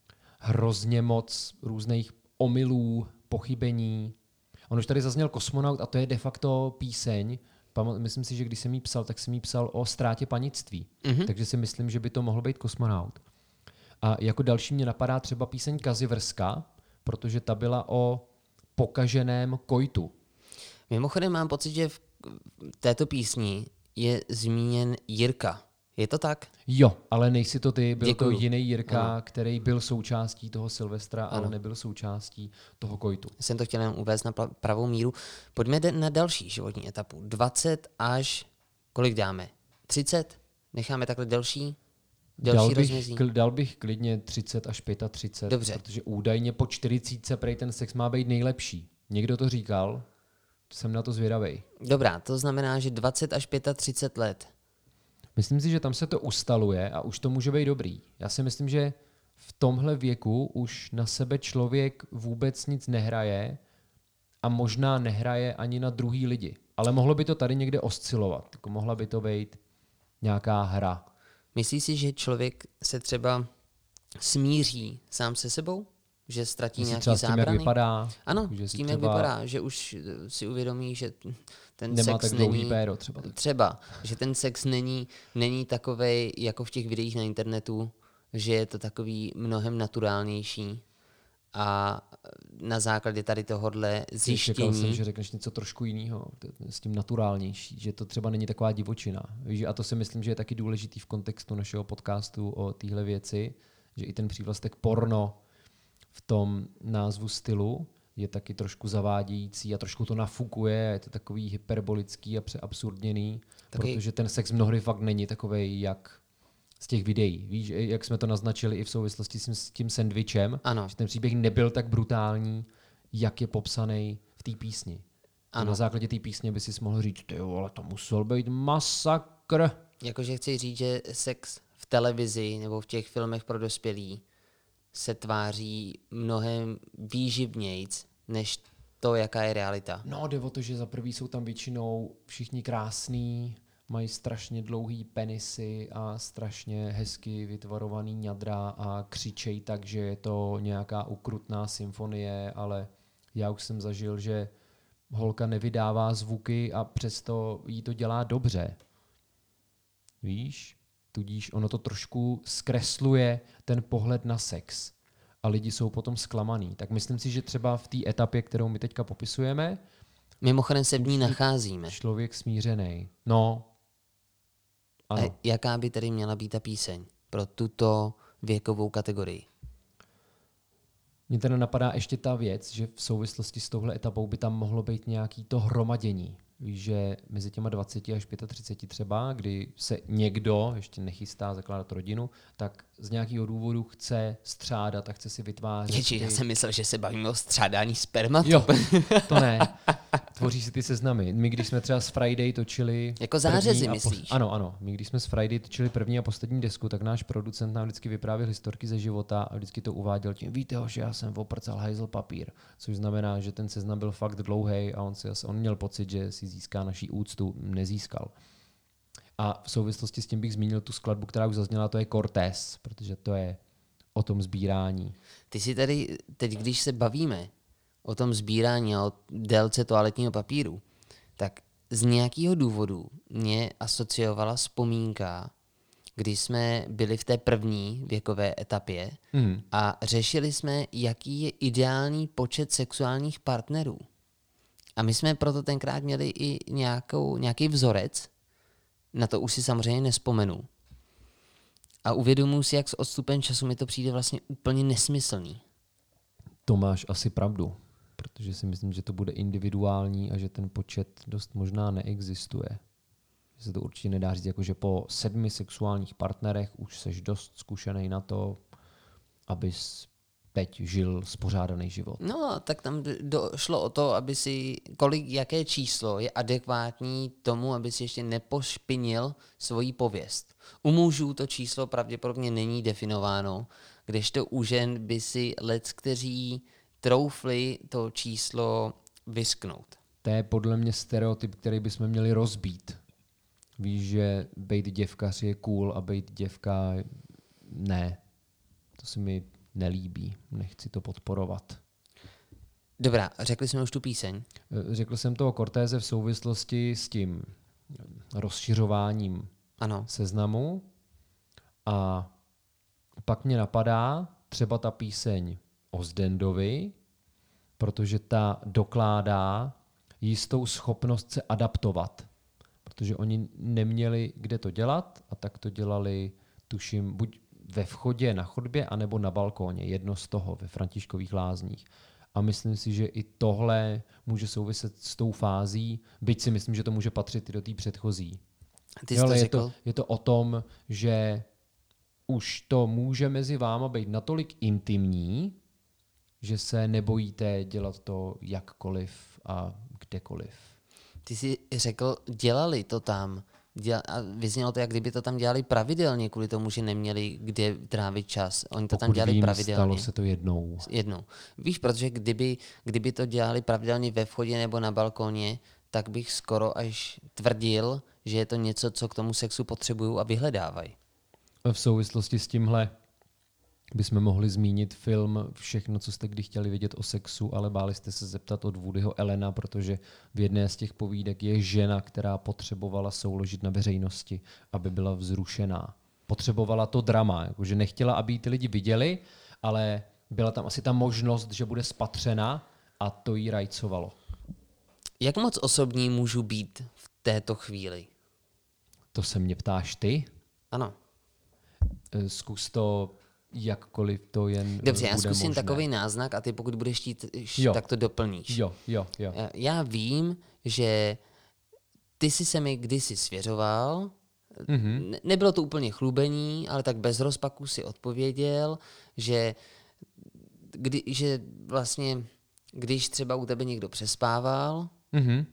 hrozně moc různých omylů, pochybení. On už tady zazněl Kosmonaut a to je de facto píseň. Myslím si, že když jsem jí psal, tak jsem jí psal o ztrátě panictví. Mm-hmm. Takže si myslím, že by to mohl být Kosmonaut. A jako další mě napadá třeba píseň Kazivrska, protože ta byla o pokaženém kojtu. Mimochodem mám pocit, že v této písni je zmíněn Jirka. Je to tak? Jo, ale nejsi to ty, byl Děkuju. to jiný Jirka, Ano. který byl součástí toho Silvestra, Ano. ale nebyl součástí toho Kojtu. Jsem to chtěl jen uvést na pla- pravou míru. Pojďme de- na další životní etapu. dvacet až, kolik dáme? třicet? Necháme takhle delší? Delší Dal bych, rozmezí? kl, dal bych klidně třicet až třicet pět, Dobře. protože údajně po čtyřicítce prej ten sex má být nejlepší. Někdo to říkal, jsem na to zvědavej. Dobrá, to znamená, že dvacet až třicet pět let. Myslím si, že tam se to ustaluje a už to může být dobrý. Já si myslím, že v tomhle věku už na sebe člověk vůbec nic nehraje a možná nehraje ani na druhý lidi. Ale mohlo by to tady někde oscilovat. Jako mohla by to být nějaká hra. Myslíš si, že člověk se třeba smíří sám se sebou? Že ztratí Myslíš nějaký třeba s tím, jak zábrany? vypadá? Ano, že s si tím, jak třeba vypadá, že už eh, si uvědomí, že ten Nemá sex tak dlouhý není... péro třeba. Třeba, že ten sex není, není takovej jako v těch videích na internetu, že je to takový mnohem naturálnější a na základě tady tohohle Čekal zjištění... jsem, že řekneš něco trošku jiného, s tím naturálnější, že to třeba není taková divočina. Víš, a to si myslím, že je taky důležitý v kontextu našeho podcastu o téhle věci, že i ten přívlastek porno v tom názvu stylu je taky trošku zavádějící a trošku to nafukuje, je to takový hyperbolický a přeabsurdněný, Taky... protože ten sex mnohdy fakt není takovej, jak z těch videí. Víš, jak jsme to naznačili i v souvislosti s tím, s tím sendvičem, Ano. že ten příběh nebyl tak brutální, jak je popsaný v té písni. Ano. Na základě té písně by si mohl říct, ty ale to musel být masakr. Jakože chci říct, že sex v televizi nebo v těch filmech pro dospělí se tváří mnohem výživnějc, než to, jaká je realita. No, jde o to, že za prvý jsou tam většinou všichni krásní, mají strašně dlouhý penisy a strašně hezky vytvarovaný ňadra a křičej tak, že je to nějaká ukrutná symfonie, ale já už jsem zažil, že holka nevydává zvuky a přesto jí to dělá dobře. Víš? Tudíž ono to trošku zkresluje ten pohled na sex a lidi jsou potom zklamaný. Tak myslím si, že třeba v té etapě, kterou my teďka popisujeme, Mimochodem se v ní nacházíme. člověk smířený. No, ano. A jaká by tedy měla být ta píseň pro tuto věkovou kategorii? Mně teda napadá ještě ta věc, že v souvislosti s touhle etapou by tam mohlo být nějaký to hromadění. Víš, že mezi těma dvaceti až třiceti pěti třeba, kdy se někdo ještě nechystá zakládat rodinu, tak z nějakého důvodu chce střádat a chce si vytvářet... Ježi, ty... já jsem myslel, že se bavíme o střádání spermatu. Jo, to ne. Tvoří si ty seznamy. My, když jsme třeba s Friday točili... Jako zářezy, pos... myslíš? Ano, ano. My, když jsme s Friday točili první a poslední desku, tak náš producent nám vždycky vyprávěl historky ze života a vždycky to uváděl tím, víte ho, že já jsem oprcal hajzl papír, což znamená, že ten seznam byl fakt dlouhý a on, si, on měl pocit, že si získá naší úctu, nezískal. A v souvislosti s tím bych zmínil tu skladbu, která už zazněla, to je Cortés, protože to je o tom sbírání. Ty si tady, teď když se bavíme o tom sbírání a o délce toaletního papíru, tak z nějakého důvodu mě asociovala vzpomínka, kdy jsme byli v té první věkové etapě Hmm. a řešili jsme, jaký je ideální počet sexuálních partnerů. A my jsme proto tenkrát měli i nějakou, nějaký vzorec, na to už si samozřejmě nespomenu. A uvědomuji si, jak s odstupem času mi to přijde vlastně úplně nesmyslný. To máš asi pravdu, protože si myslím, že to bude individuální a že ten počet dost možná neexistuje. Že se to určitě nedá říct, jako že po sedmi sexuálních partnerech už seš dost zkušený na to, abys teď žil spořádaný život. No, tak tam došlo o to, aby si, kolik, jaké číslo je adekvátní tomu, aby si ještě nepošpinil svoji pověst. U mužů to číslo pravděpodobně není definováno, kdežto u žen by si lec, kteří troufli to číslo vysknout. To je podle mě stereotyp, který bychom měli rozbít. Víš, že bejt děvkař je cool a bejt děvka ne. To se mi nelíbí, nechci to podporovat. Dobrá, řekli jsme už tu píseň. Řekl jsem to o Cortéze v souvislosti s tím rozšiřováním Ano. seznamu a pak mě napadá třeba ta píseň o Zdendovi, protože ta dokládá jistou schopnost se adaptovat. protože oni neměli kde to dělat a tak to dělali, tuším, buď ve vchodě na chodbě, anebo na balkóně, jedno z toho, ve Františkových Lázních. A myslím si, že i tohle může souviset s tou fází, byť si myslím, že to může patřit i do té předchozí. Ty jsi Jo, to ale je, řekl? to, je to o tom, že už to může mezi váma být natolik intimní, že se nebojíte dělat to jakkoliv a kdekoliv. Ty jsi řekl, dělali to tam. Děla, a vyznělo to, jak kdyby to tam dělali pravidelně, kvůli tomu, že neměli kde trávit čas. Oni to Pokud tam dělali vím, pravidelně. stalo se to jednou. Jednou. Víš, protože kdyby, kdyby to dělali pravidelně ve vchodě nebo na balkóně, tak bych skoro až tvrdil, že je to něco, co k tomu sexu potřebují a vyhledávají. V souvislosti s tímhle bychom mohli zmínit film Všechno, co jste kdy chtěli vědět o sexu, ale báli jste se zeptat od Woodyho Allena, protože v jedné z těch povídek je žena, která potřebovala souložit na veřejnosti, aby byla vzrušená. Potřebovala to drama, jakože nechtěla, aby ji ty lidi viděli, ale byla tam asi ta možnost, že bude spatřena a to jí rajcovalo. Jak moc osobní můžu být v této chvíli? To se mě ptáš ty? Ano. Zkus to jakkoliv to jen Dobře, já bude zkusím možné. takový náznak a ty pokud budeš chtít, Jo. tak to doplníš. Jo, jo, jo. Já vím, že ty jsi se mi kdysi svěřoval, Mm-hmm. ne- nebylo to úplně chlubení, ale tak bez rozpaku si odpověděl, že, kdy, že vlastně, když třeba u tebe někdo přespával, Mm-hmm.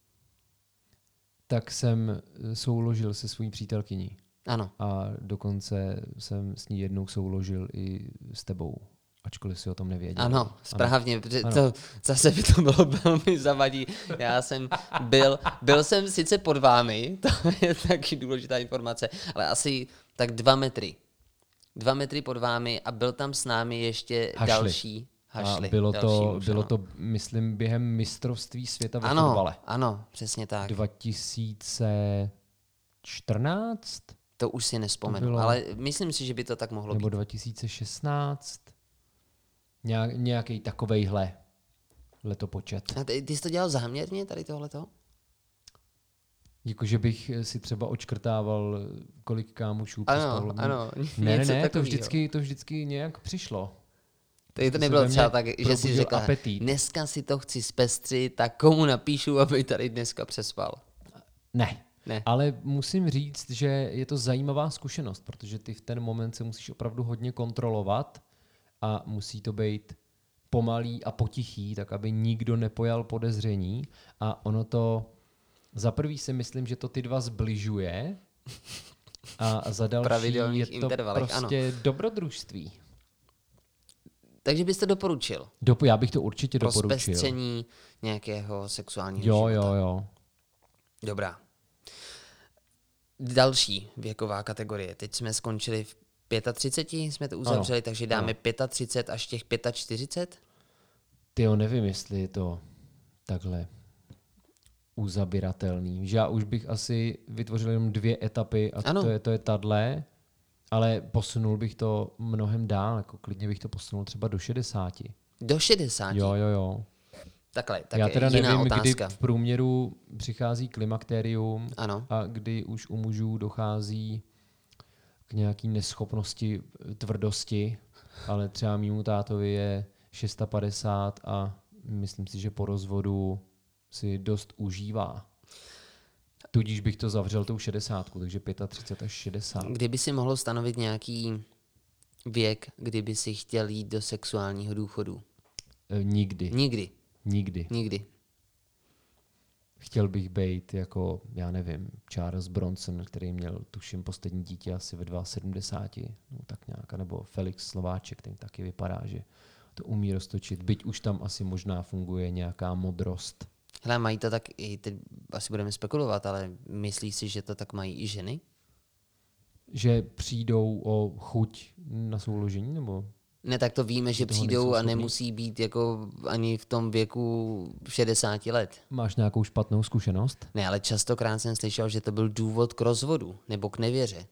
Tak jsem souložil se svojí přítelkyní. ano, A dokonce jsem s ní jednou souložil i s tebou, ačkoliv si o tom nevěděl. ano, správně, protože Ano. to zase by to bylo velmi zavadí. Já jsem byl, byl jsem sice pod vámi, to je taky důležitá informace, ale asi tak dva metry. Dva metry pod vámi a byl tam s námi ještě Hašli. další hašli. A bylo další to, muž, bylo ano. to, myslím, během mistrovství světa ve Ano, fotbale. ano, přesně tak. dva tisíce čtrnáct To už si nespomenu, bylo- ale myslím si, že by to tak mohlo nebo být. dva tisíce šestnáct. Nějak, nějaký takovejhle letopočet. A ty, ty jsi to dělal záměrně, tady tohleto? Jakože bych si třeba očkrtával, kolik kámošů přespal. Ano, ano, Ne, ne, něco ne, to takovýho. vždycky, to vždycky nějak přišlo. Tady to se nebylo ve mně třeba tak, že jsi probudil řekla, apetit. dneska si to chci zpestřit, tak komu napíšu, aby tady dneska přespal? Ne. Ne. Ale musím říct, že je to zajímavá zkušenost, protože ty v ten moment se musíš opravdu hodně kontrolovat a musí to být pomalý a potichý, tak aby nikdo nepojal podezření. A ono to, za prvý si myslím, že to ty dva zbližuje a za další Pravidelných je to intervalech, prostě dobrodružství. Takže bys to doporučil Dop- já bych to určitě pro doporučil. zpestření nějakého sexuálního Jo, života. jo, jo. Dobrá. Další věková kategorie. Teď jsme skončili v třiceti pěti, jsme to uzavřeli, Ano, takže dáme ano. třicet pět až těch čtyřicet pět. Tyjo, nevím, jestli je to takhle uzabiratelný. Že já už bych asi vytvořil jenom dvě etapy a Ano. to je, to je tadle, ale posunul bych to mnohem dál, jako klidně bych to posunul třeba do šedesáti. Do šedesáti. Jo, jo, jo. Takhle, tak já je teda jiná nevím, otázka. kdy v průměru přichází klimakterium Ano. a kdy už u mužů dochází k nějaký neschopnosti tvrdosti, ale třeba mému tátovi je padesát šest a myslím si, že po rozvodu si dost užívá. Tudíž bych to zavřel tou šedesátku, takže třicet pět až šedesát. Kdyby si mohl stanovit nějaký věk, kdyby si chtěl jít do sexuálního důchodu? E, nikdy. Nikdy. Nikdy. Nikdy. Chtěl bych být jako, já nevím, Charles Bronson, který měl, tuším, poslední dítě asi ve sedmdesáti dva, no tak nějak, nebo Felix Slováček, ten taky vypadá, že to umí roztočit, byť už tam asi možná funguje nějaká modrost. Hele, mají to tak, i teď asi budeme spekulovat, ale myslíš si, že to tak mají i ženy? Že přijdou o chuť na souložení, nebo? Ne, tak to víme, že toho přijdou nejsou a schopní? nemusí být jako ani v tom věku šedesáti let. Máš nějakou špatnou zkušenost? Ne, ale častokrát jsem slyšel, že to byl důvod k rozvodu nebo k nevěře.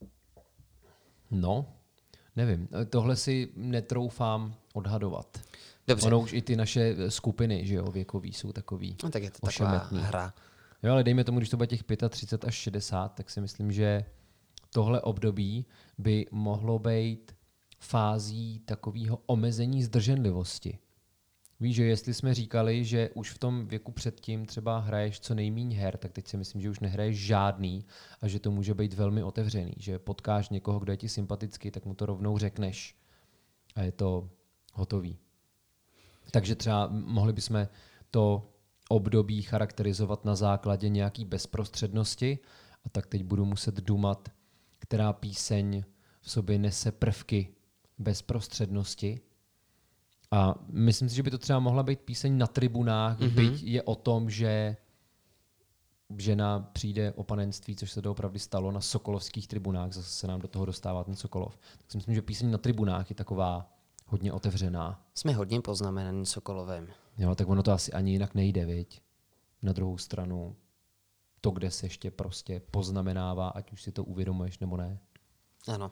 No, nevím. Tohle si netroufám odhadovat. Dobře, Ono už i ty naše skupiny, že jo, věkový, jsou takový no, tak je to taková ošemetný. hra. Jo, ale dejme tomu, když to bude těch třicet pět až šedesát, tak si myslím, že tohle období by mohlo být fází takového omezení zdrženlivosti. Víš, že jestli jsme říkali, že už v tom věku předtím třeba hraješ co nejméně her, tak teď si myslím, že už nehraješ žádný a že to může být velmi otevřený. Že potkáš někoho, kdo je ti sympatický, tak mu to rovnou řekneš a je to hotový. Takže třeba mohli bychom to období charakterizovat na základě nějaký bezprostřednosti a tak teď budu muset dumat, která píseň v sobě nese prvky bezprostřednosti. A myslím si, že by to třeba mohla být píseň Na tribunách, mm-hmm. byť je o tom, že žena přijde o panenství, což se doopravdy stalo na sokolovských tribunách, zase se nám do toho dostává ten Sokolov. Tak si myslím, že píseň Na tribunách je taková hodně otevřená. Jsme hodně poznamenaný Sokolovem. Jo, tak ono to asi ani jinak nejde, viď? Na druhou stranu to, kde se ještě prostě poznamenává, ať už si to uvědomuješ nebo ne. Ano.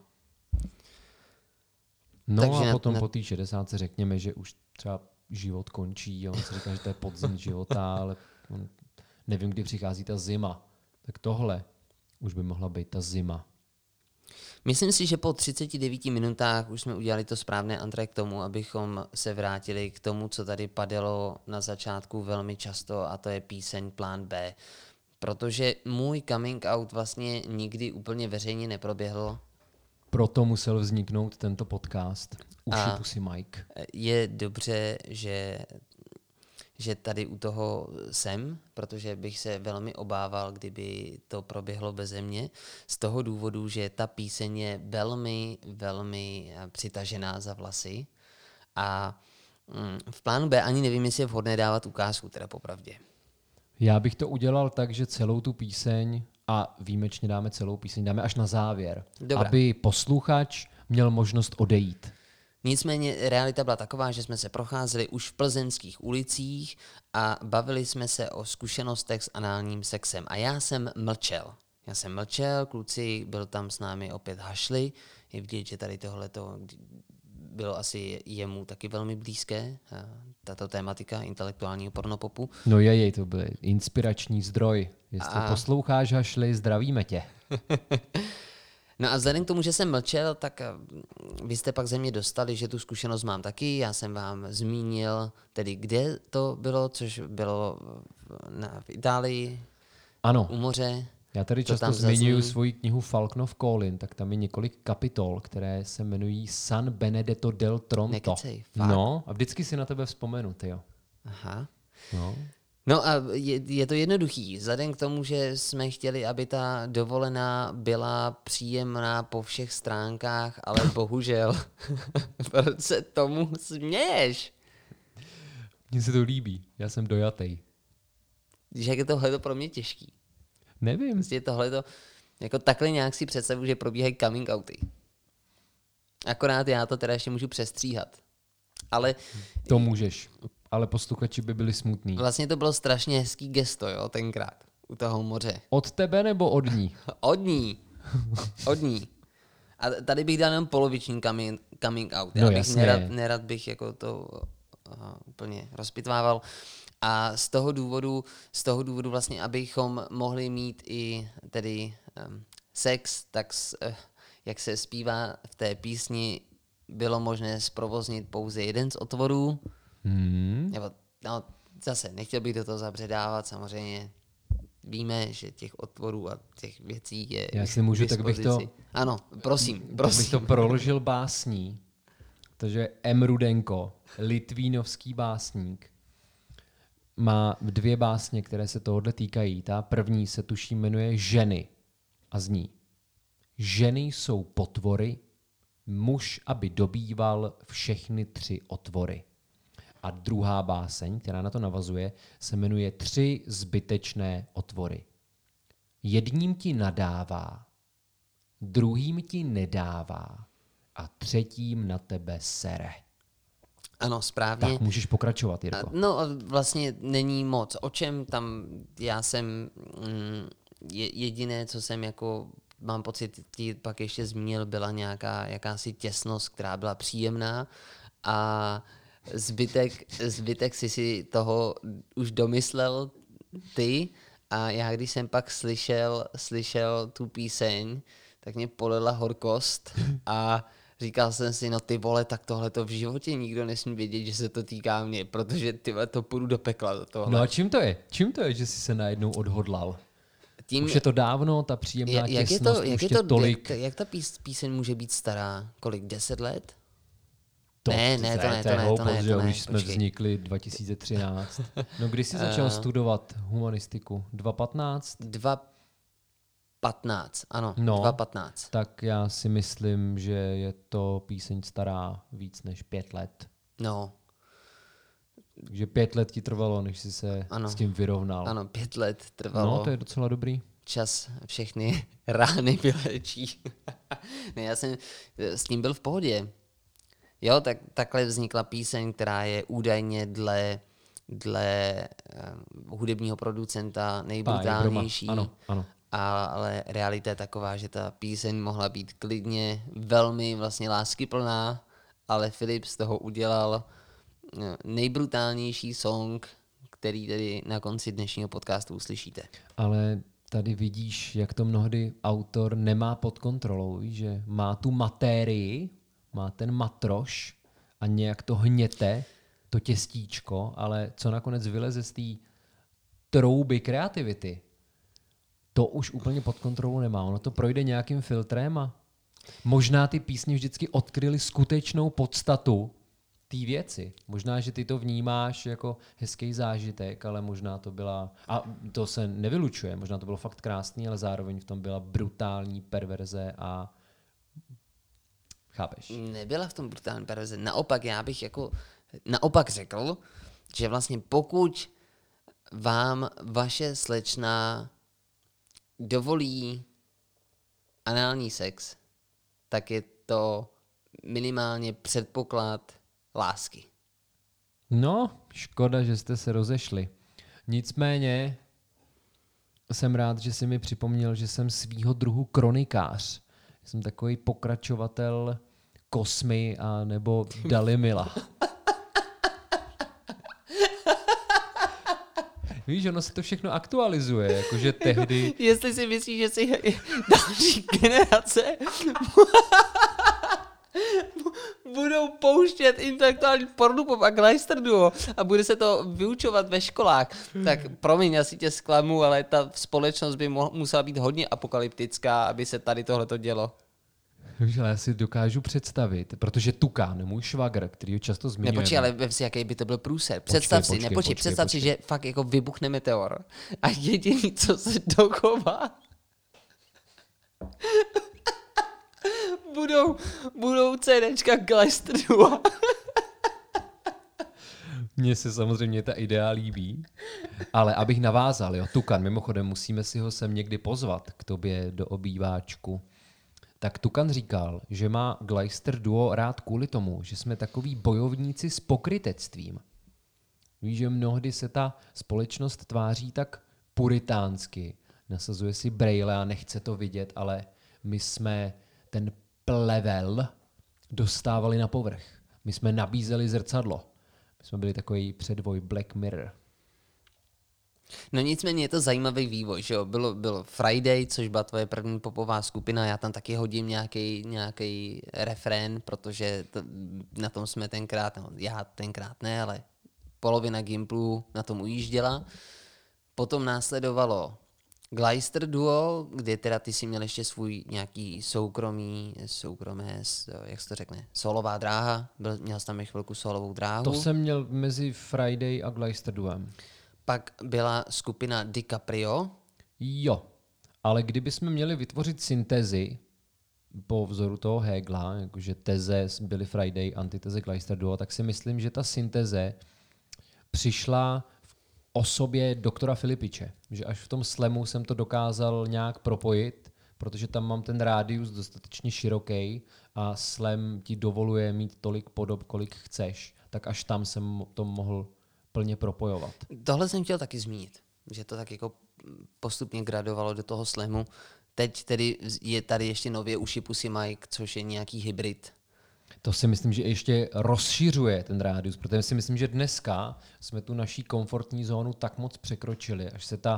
No Takže a potom na... po té šedesátce řekněme, že už třeba život končí. On si říká, že to je podzim života, ale on, nevím, kdy přichází ta zima. Tak tohle už by mohla být ta zima. Myslím si, že po třiceti devíti minutách už jsme udělali to správné antré k tomu, abychom se vrátili k tomu, co tady padalo na začátku velmi často, a to je píseň Plán B. Protože můj coming out vlastně nikdy úplně veřejně neproběhl. Proto musel vzniknout tento podcast. Uši pusy Mike. Je dobře, že, že tady u toho jsem, protože bych se velmi obával, kdyby to proběhlo beze mě. Z toho důvodu, že ta píseň je velmi, velmi přitažená za vlasy. A mm, v plánu B ani nevím, jestli je vhodné dávat ukázku, teda popravdě. Já bych to udělal tak, že celou tu píseň, a výjimečně dáme celou píseň, dáme až na závěr, Dobrá. aby posluchač měl možnost odejít. Nicméně realita byla taková, že jsme se procházeli už v plzeňských ulicích a bavili jsme se o zkušenostech s análním sexem. A já jsem mlčel. Já jsem mlčel, kluci byl tam s námi opět hašli. Je vidět, že tady tohleto bylo asi jemu taky velmi blízké, tato tématika intelektuálního pornopopu. No jej, to byl inspirační zdroj. Jestli a... posloucháš hašli, zdravíme tě. No a vzhledem k tomu, že jsem mlčel, tak vy jste pak ze mě dostali, že tu zkušenost mám taky. Já jsem vám zmínil, tedy kde to bylo, což bylo na, v Itálii, ano. u moře. Já tady často zmiňuji svoji knihu Falknov Colin, tak tam je několik kapitol, které se jmenují San Benedetto del Tronto. Nekecej, fakt? No, a vždycky si na tebe vzpomenu, tyjo. Aha. No. No a je, je to jednoduchý. Vzhledem k tomu, že jsme chtěli, aby ta dovolená byla příjemná po všech stránkách, ale bohužel, proč se tomu směješ? Mně se to líbí, já jsem dojatej. Když jak je tohle pro mě těžký. Nevím. Prostě tohleto, jako takhle nějak si představu, že probíhají coming outy. Akorát já to teda ještě můžu přestříhat. Ale... To můžeš, ale posluchači by byli smutní. Vlastně to bylo strašně hezký gesto, jo, tenkrát, u toho moře. Od tebe nebo od ní? Od ní. Od ní. A tady bych dal jenom poloviční coming, coming out. Já no, bych jasně. nerad, nerad bych jako to aha, úplně rozpitvával. A z toho důvodu, z toho důvodu vlastně, abychom mohli mít i tedy um, sex, tak s, uh, jak se zpívá v té písni, bylo možné zprovoznit pouze jeden z otvorů. Hmm. Nebo, no, zase, nechtěl bych do toho zabředávat, samozřejmě víme, že těch otvorů a těch věcí je. Já si můžu, tak bych to... Ano, prosím, prosím. Tak bych to proložil básní. Takže M. Rudenko, litvínovský básník, má dvě básně, které se tohohle týkají. Ta první se tuším jmenuje Ženy a zní: Ženy jsou potvory, muž, aby dobýval všechny tři otvory. A druhá báseň, která na to navazuje, se jmenuje Tři zbytečné otvory. Jedním ti nadává, druhým ti nedává a třetím na tebe sere. Ano, správně. Tak můžeš pokračovat, Jirko. No vlastně není moc. O čem tam já jsem mm, jediné, co jsem jako mám pocit, tí pak ještě zmínil, byla nějaká jakási těsnost, která byla příjemná a zbytek, zbytek si si toho už domyslel ty A já když jsem pak slyšel, slyšel tu píseň, tak mě polila horkost a říkal jsem si, no ty vole, tak tohle to v životě nikdo nesmí vědět, že se to týká mě, protože ty vole, to půjdu do pekla do tohle. No a čím to je? Čím to je, že jsi se najednou odhodlal? Tím, Už je to dávno, ta příjemná jak, jak těsnost, je to, jak už je tě to, tolik... Jak, jak ta pís, píseň může být stará? Kolik? Deset let? To, Ne, ne, to ne, to ne, to hloupost, ne, že jo, to ne, když jsme počkej. vznikli dva tisíce třináct. No kdy jsi začal Uh, studovat humanistiku? dva patnáct? dva patnáct, ano, No. dva patnáct. Tak já si myslím, že je to píseň stará víc než pět let. No, Takže pět let ti trvalo, než jsi se Ano. s tím vyrovnal. ano, pět let trvalo. No, to je docela dobrý. Čas všechny rány vylečí. Ne, já jsem s tím byl v pohodě. Jo, tak takhle vznikla píseň, která je údajně dle, dle uh, hudebního producenta nejbrutálnější. Ano, ano. A, ale realita je taková, že ta píseň mohla být klidně velmi vlastně láskyplná, ale Filip z toho udělal uh, nejbrutálnější song, který tedy na konci dnešního podcastu uslyšíte. Ale tady vidíš, jak to mnohdy autor nemá pod kontrolou, víš, že má tu matérii, má ten matroš a nějak to hněte, to těstíčko, ale co nakonec vyleze z té trouby kreativity, to už úplně pod kontrolou nemá. Ono to projde nějakým filtrem a možná ty písně vždycky odkryly skutečnou podstatu té věci. Možná, že ty to vnímáš jako hezký zážitek, ale možná to byla, a to se nevylučuje, možná to bylo fakt krásný, ale zároveň v tom byla brutální perverze a chápeš? Nebyla v tom brutální perverze. Naopak, já bych jako naopak řekl, že vlastně pokud vám vaše slečna dovolí anální sex, tak je to minimálně předpoklad lásky. No, škoda, že jste se rozešli. Nicméně jsem rád, že jsi mi připomněl, že jsem svýho druhu kronikář. Jsem takový pokračovatel Kosmy a nebo Dalimila. Víš, ono se to všechno aktualizuje, jakože tehdy... Jestli si myslíš, že si další generace budou pouštět intelektuální pornopop a Gleister duo a bude se to vyučovat ve školách, tak promiň, já si tě zklamu, ale ta společnost by mo- musela být hodně apokalyptická, aby se tady tohleto dělo. Víš, ale já si dokážu představit, protože Tukán, můj švagr, který ho často zmiňujeme... Nepočkej, ale vem si, jaký by to byl průser. Představ Počkej, si, počkej, nepočkej, počkej, představ počkej. si, že fakt jako vybuchne meteor a jediný, co se dochová, budou, budou CDčka Gleister duo. Mně se samozřejmě ta idea líbí, ale abych navázal, jo, Tukan, mimochodem musíme si ho sem někdy pozvat k tobě do obýváčku. Tak Tukan říkal, že má Gleister duo rád kvůli tomu, že jsme takový bojovníci s pokrytectvím. Víš, že mnohdy se ta společnost tváří tak puritánsky, nasazuje si brejle a nechce to vidět, ale my jsme ten plevel dostávali na povrch. My jsme nabízeli zrcadlo. My jsme byli takový předvoj Black Mirror. No nicméně je to zajímavý vývoj, že jo, bylo, bylo Friday, což byla tvoje první popová skupina, já tam taky hodím nějaký nějaký refrén, protože to, na tom jsme tenkrát, no já tenkrát ne, ale polovina Gimplu na tom ujížděla. Potom následovalo Gleister duo, kde teda ty si měl ještě svůj nějaký soukromý, soukromé, jak se to řekne, solová dráha, byl, měl jsi tam ještě chvilku solovou dráhu. To jsem měl mezi Friday a Gleister duem. Pak byla skupina DiCaprio. Jo, ale kdybychom měli vytvořit syntézy po vzoru toho Hegla, jakože teze byly Friday, antiteze Gleister duo, tak si myslím, že ta syntéze přišla v osobě doktora Filipiče. Že až v tom slemu jsem to dokázal nějak propojit, protože tam mám ten rádius dostatečně široký a slam ti dovoluje mít tolik podob, kolik chceš, tak až tam jsem to mohl plně propojovat. Tohle jsem chtěl taky zmínit, že to tak jako postupně gradovalo do toho slamu. Teď tedy je tady ještě nově uši Pussy Mike, což je nějaký hybrid. To si myslím, že ještě rozšiřuje ten rádius, protože si myslím, že dneska jsme tu naší komfortní zónu tak moc překročili, až se ta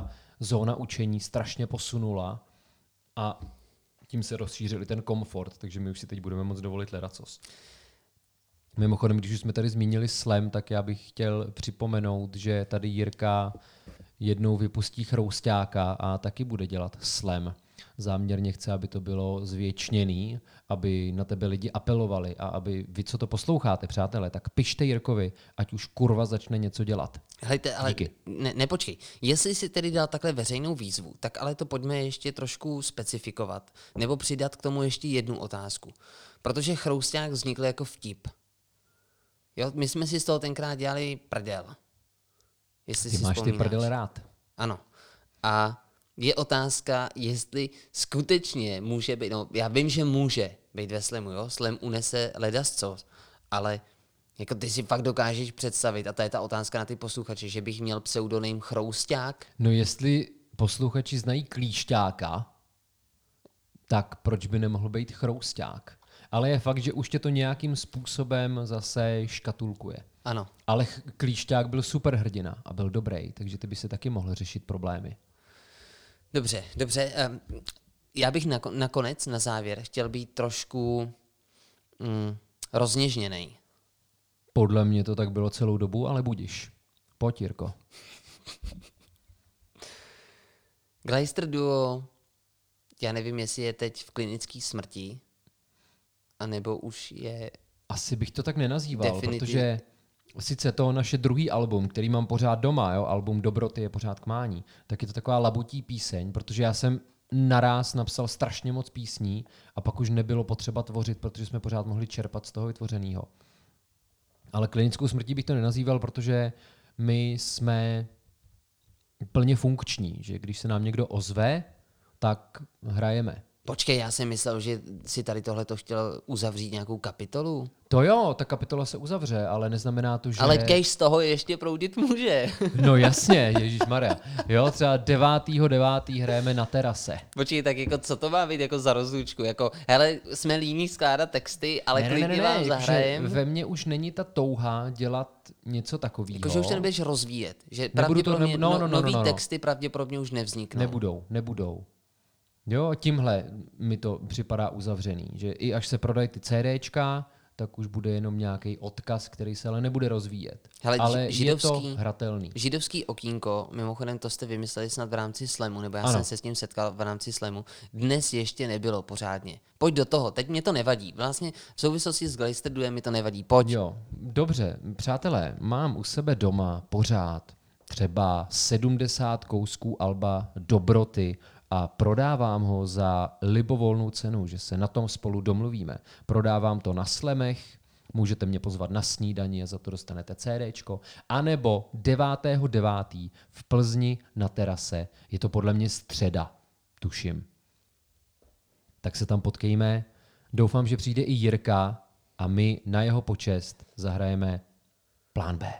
zóna učení strašně posunula a tím se rozšířil ten komfort, takže my už si teď budeme moc dovolit ledacos. Mimochodem, když už jsme tady zmínili slam, tak já bych chtěl připomenout, že tady Jirka jednou vypustí chrousťáka a taky bude dělat slam. Záměrně chce, aby to bylo zvětšněný, aby na tebe lidi apelovali a aby vy, co to posloucháte, přátelé, tak pište Jirkovi, ať už kurva začne něco dělat. Hejte, ale Díky. ne, nepočkej. Jestli si tedy dal takhle veřejnou výzvu, tak ale to pojďme ještě trošku specifikovat, nebo přidat k tomu ještě jednu otázku. Protože chrousťák vznikl jako vtip. Jo, my jsme si z toho tenkrát dělali prdel. Jestli Ty si máš ty vzpomínáš. prdele rád. Ano. A je otázka, jestli skutečně může být, no já vím, že může být ve slamu, jo, slam unese ledasco, ale jako ty si fakt dokážeš představit, a to je ta otázka na ty posluchače, že bych měl pseudonym Chrousťák? No jestli posluchači znají klíšťáka, tak proč by nemohl být chrousťák? Ale je fakt, že už tě to nějakým způsobem zase škatulkuje. Ano. Ale ch- klíšťák byl super hrdina a byl dobrý, takže ty by si taky mohl řešit problémy. Dobře, dobře. Um, já bych nako- nakonec, na závěr, chtěl být trošku mm, rozněžněnej. Podle mě to tak bylo celou dobu, ale budiš. Pojď, Jirko. Gleister Duo, já nevím, jestli je teď v klinické smrti, anebo už je... Asi bych to tak nenazýval, Definitiv. protože sice to naše druhý album, který mám pořád doma, jo, album Dobroty je pořád k mání, tak je to taková labutí píseň, protože já jsem naráz napsal strašně moc písní a pak už nebylo potřeba tvořit, protože jsme pořád mohli čerpat z toho vytvořeného. Ale klinickou smrtí bych to nenazýval, protože my jsme plně funkční, že když se nám někdo ozve, tak hrajeme. Počkej, já jsem myslel, že si tady tohleto chtěl uzavřít nějakou kapitolu. To jo, ta kapitola se uzavře, ale neznamená to, že... Ale kejš z toho ještě proudit může. No jasně, ježišmarja. Jo, třeba devátého devátého hrajeme na terase. Počkej, tak jako co to má být jako za rozlučku? Jako, hele, jsme líní skládat texty, ale Ne, ne, klidně ne, ne, vám ne, zahrajem. ve mně už není ta touha dělat něco takového. Jakože už to nebudeš rozvíjet. Že Nebudu to- pravděpodobně ne- no, no, no, no, nový no, no. texty pravděpodobně už nevzniknou. Nebudou, nebudou. Jo, tímhle mi to připadá uzavřený, že i až se prodají ty CDčka, tak už bude jenom nějaký odkaz, který se ale nebude rozvíjet. Hele, ale židovský- je to hratelný. Židovský okýnko, mimochodem to jste vymysleli snad v rámci slamu, nebo já Ano. jsem se s ním setkal v rámci slamu, dnes ještě nebylo pořádně. Pojď do toho, teď mě to nevadí. Vlastně v souvislosti s Gleister Duem mi to nevadí. Pojď. Jo, dobře, přátelé, mám u sebe doma pořád třeba sedmdesát kousků alba Dobroty a prodávám ho za libovolnou cenu, že se na tom spolu domluvíme. Prodávám to na slemech, můžete mě pozvat na snídani a za to dostanete CDčko, anebo devátého devátého v Plzni na terase, je to podle mě středa, tuším. Tak se tam potkejme, doufám, že přijde i Jirka a my na jeho počest zahrajeme Plán B.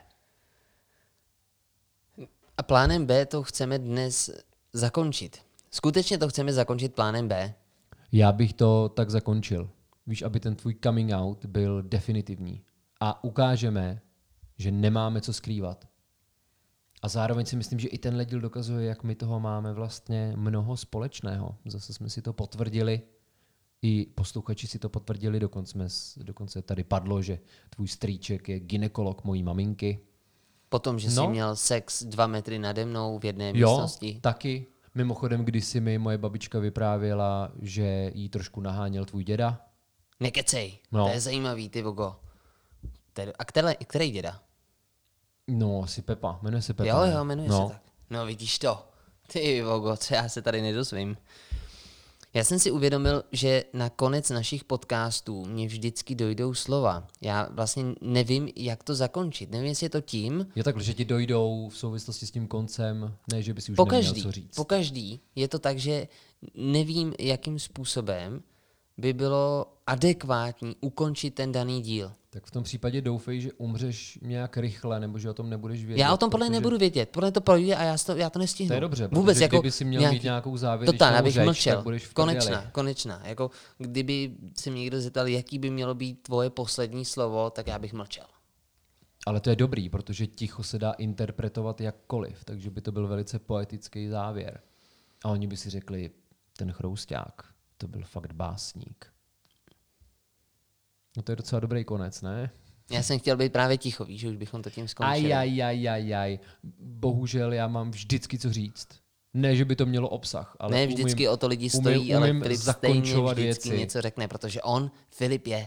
A plánem B to chceme dnes zakončit. Skutečně to chceme zakončit plánem B? Já bych to tak zakončil. Víš, aby ten tvůj coming out byl definitivní. A ukážeme, že nemáme co skrývat. A zároveň si myslím, že i tenhle díl dokazuje, jak my toho máme vlastně mnoho společného. Zase jsme si to potvrdili. I posluchači si to potvrdili, dokonce, jsme, dokonce tady padlo, že tvůj strýček je gynekolog mojí maminky. Potom, že jsi No. měl sex dva metry nade mnou v jedné Jo, místnosti. taky. Mimochodem, když si mi moje babička vyprávěla, že jí trošku naháněl tvůj děda. Nekecej, No. to je zajímavý, ty vogo. Tedy- A který, který děda? No, asi Pepa, jmenuje se Pepa. Jo, ne? jo, jmenuje no. se tak. No vidíš to. Ty vogo, co já se tady nedozvím. Já jsem si uvědomil, že na konec našich podcastů mě vždycky dojdou slova. Já vlastně nevím, jak to zakončit. Nevím, jestli je to tím. Je takhle, že ti dojdou v souvislosti s tím koncem, ne, že by si už Po neměl každý, co říct. po každý je to tak, že nevím, jakým způsobem by bylo adekvátní ukončit ten daný díl. Tak v tom případě doufej, že umřeš nějak rychle, nebo že o tom nebudeš vědět. Já o tom podle protože nebudu vědět, podle to projde a já to, já to nestihnu. To je dobře, Vůbec, protože jako kdyby si měl nějaký, mít nějakou závěrečnou totálně, abych řeč, mlčel. tak budeš v prdeli. Konečná, konečná. Jako, kdyby se mě někdo zeptal, jaký by mělo být tvoje poslední slovo, tak já bych mlčel. Ale to je dobrý, protože ticho se dá interpretovat jakkoliv, takže by to byl velice poetický závěr. A oni by si řekli, ten Chrousťák, to byl fakt básník. No to je docela dobrý konec, ne? Já jsem chtěl být právě ticho, víš, že už bychom to tím skončili. Aj, aj, aj, aj. Bohužel já mám vždycky co říct. Ne, že by to mělo obsah, ale ne vždycky umím, o to lidi stojí, umím, ale umím Filip stejně vždycky věci. něco řekne, protože on, Filip je.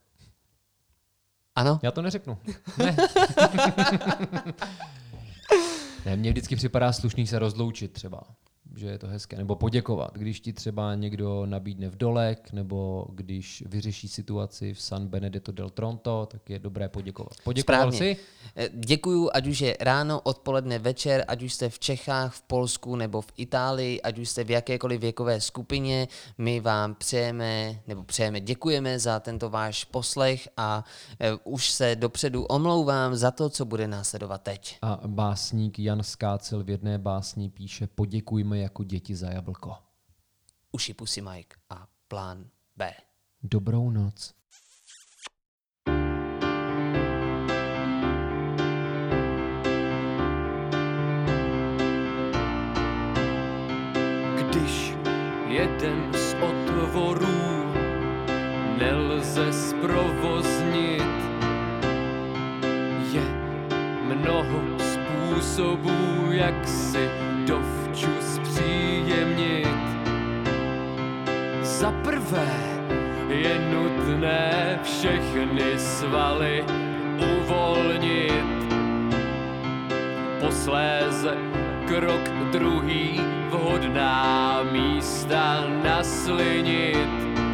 Ano? Já to neřeknu. Ne. Ne, mně vždycky připadá slušný se rozloučit třeba, že je to hezké, nebo poděkovat, když ti třeba někdo nabídne vdolek, nebo když vyřeší situaci v San Benedetto del Tronto, tak je dobré poděkovat. Poděkoval Správně. jsi? Děkuju, ať už je ráno, odpoledne, večer, ať už jste v Čechách, v Polsku nebo v Itálii, ať už jste v jakékoliv věkové skupině, my vám přejeme, nebo přejeme, děkujeme za tento váš poslech a už se dopředu omlouvám za to, co bude následovat teď. A básník Jan Skácel v jedné básni píše poděkujme jako děti za jablko. Uši pusy Mike a plán B. Dobrou noc. Když jeden z otvorů nelze zprovoznit, je mnoho způsobů, jak si dovču zpříjemnit. Za prvé je nutné všechny svaly uvolnit. Posléze krok druhý, vhodná místa naslinit.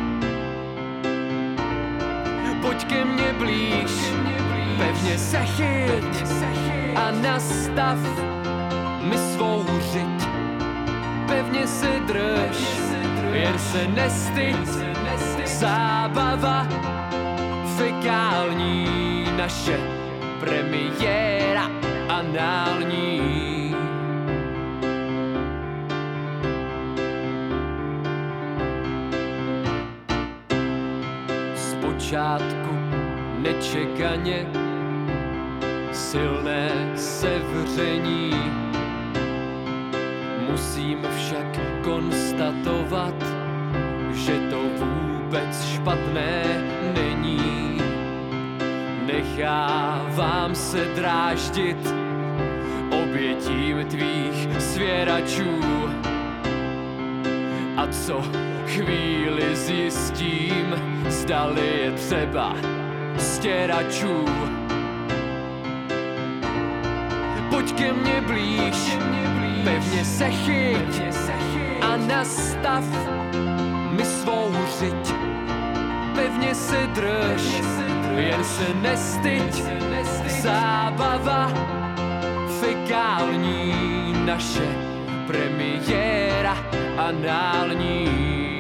Pojď ke mně blíž, pevně se chyť a nastav mi svou řiď. Pevně se drž, jen se nestyď, zábava fekální, naše premiéra anální. Zpočátku nečekaně silné sevření, musím však konstatovat, že to vůbec špatné není. Nechávám se dráždit obětím tvých svěračů. A co chvíli zjistím, zdali je třeba stěračů. Pojď ke mně blíž, pevně se chyť a nastav mi svou řiď. Pevně se drž, jen se nestyď, zábava fekální, naše premiéra anální.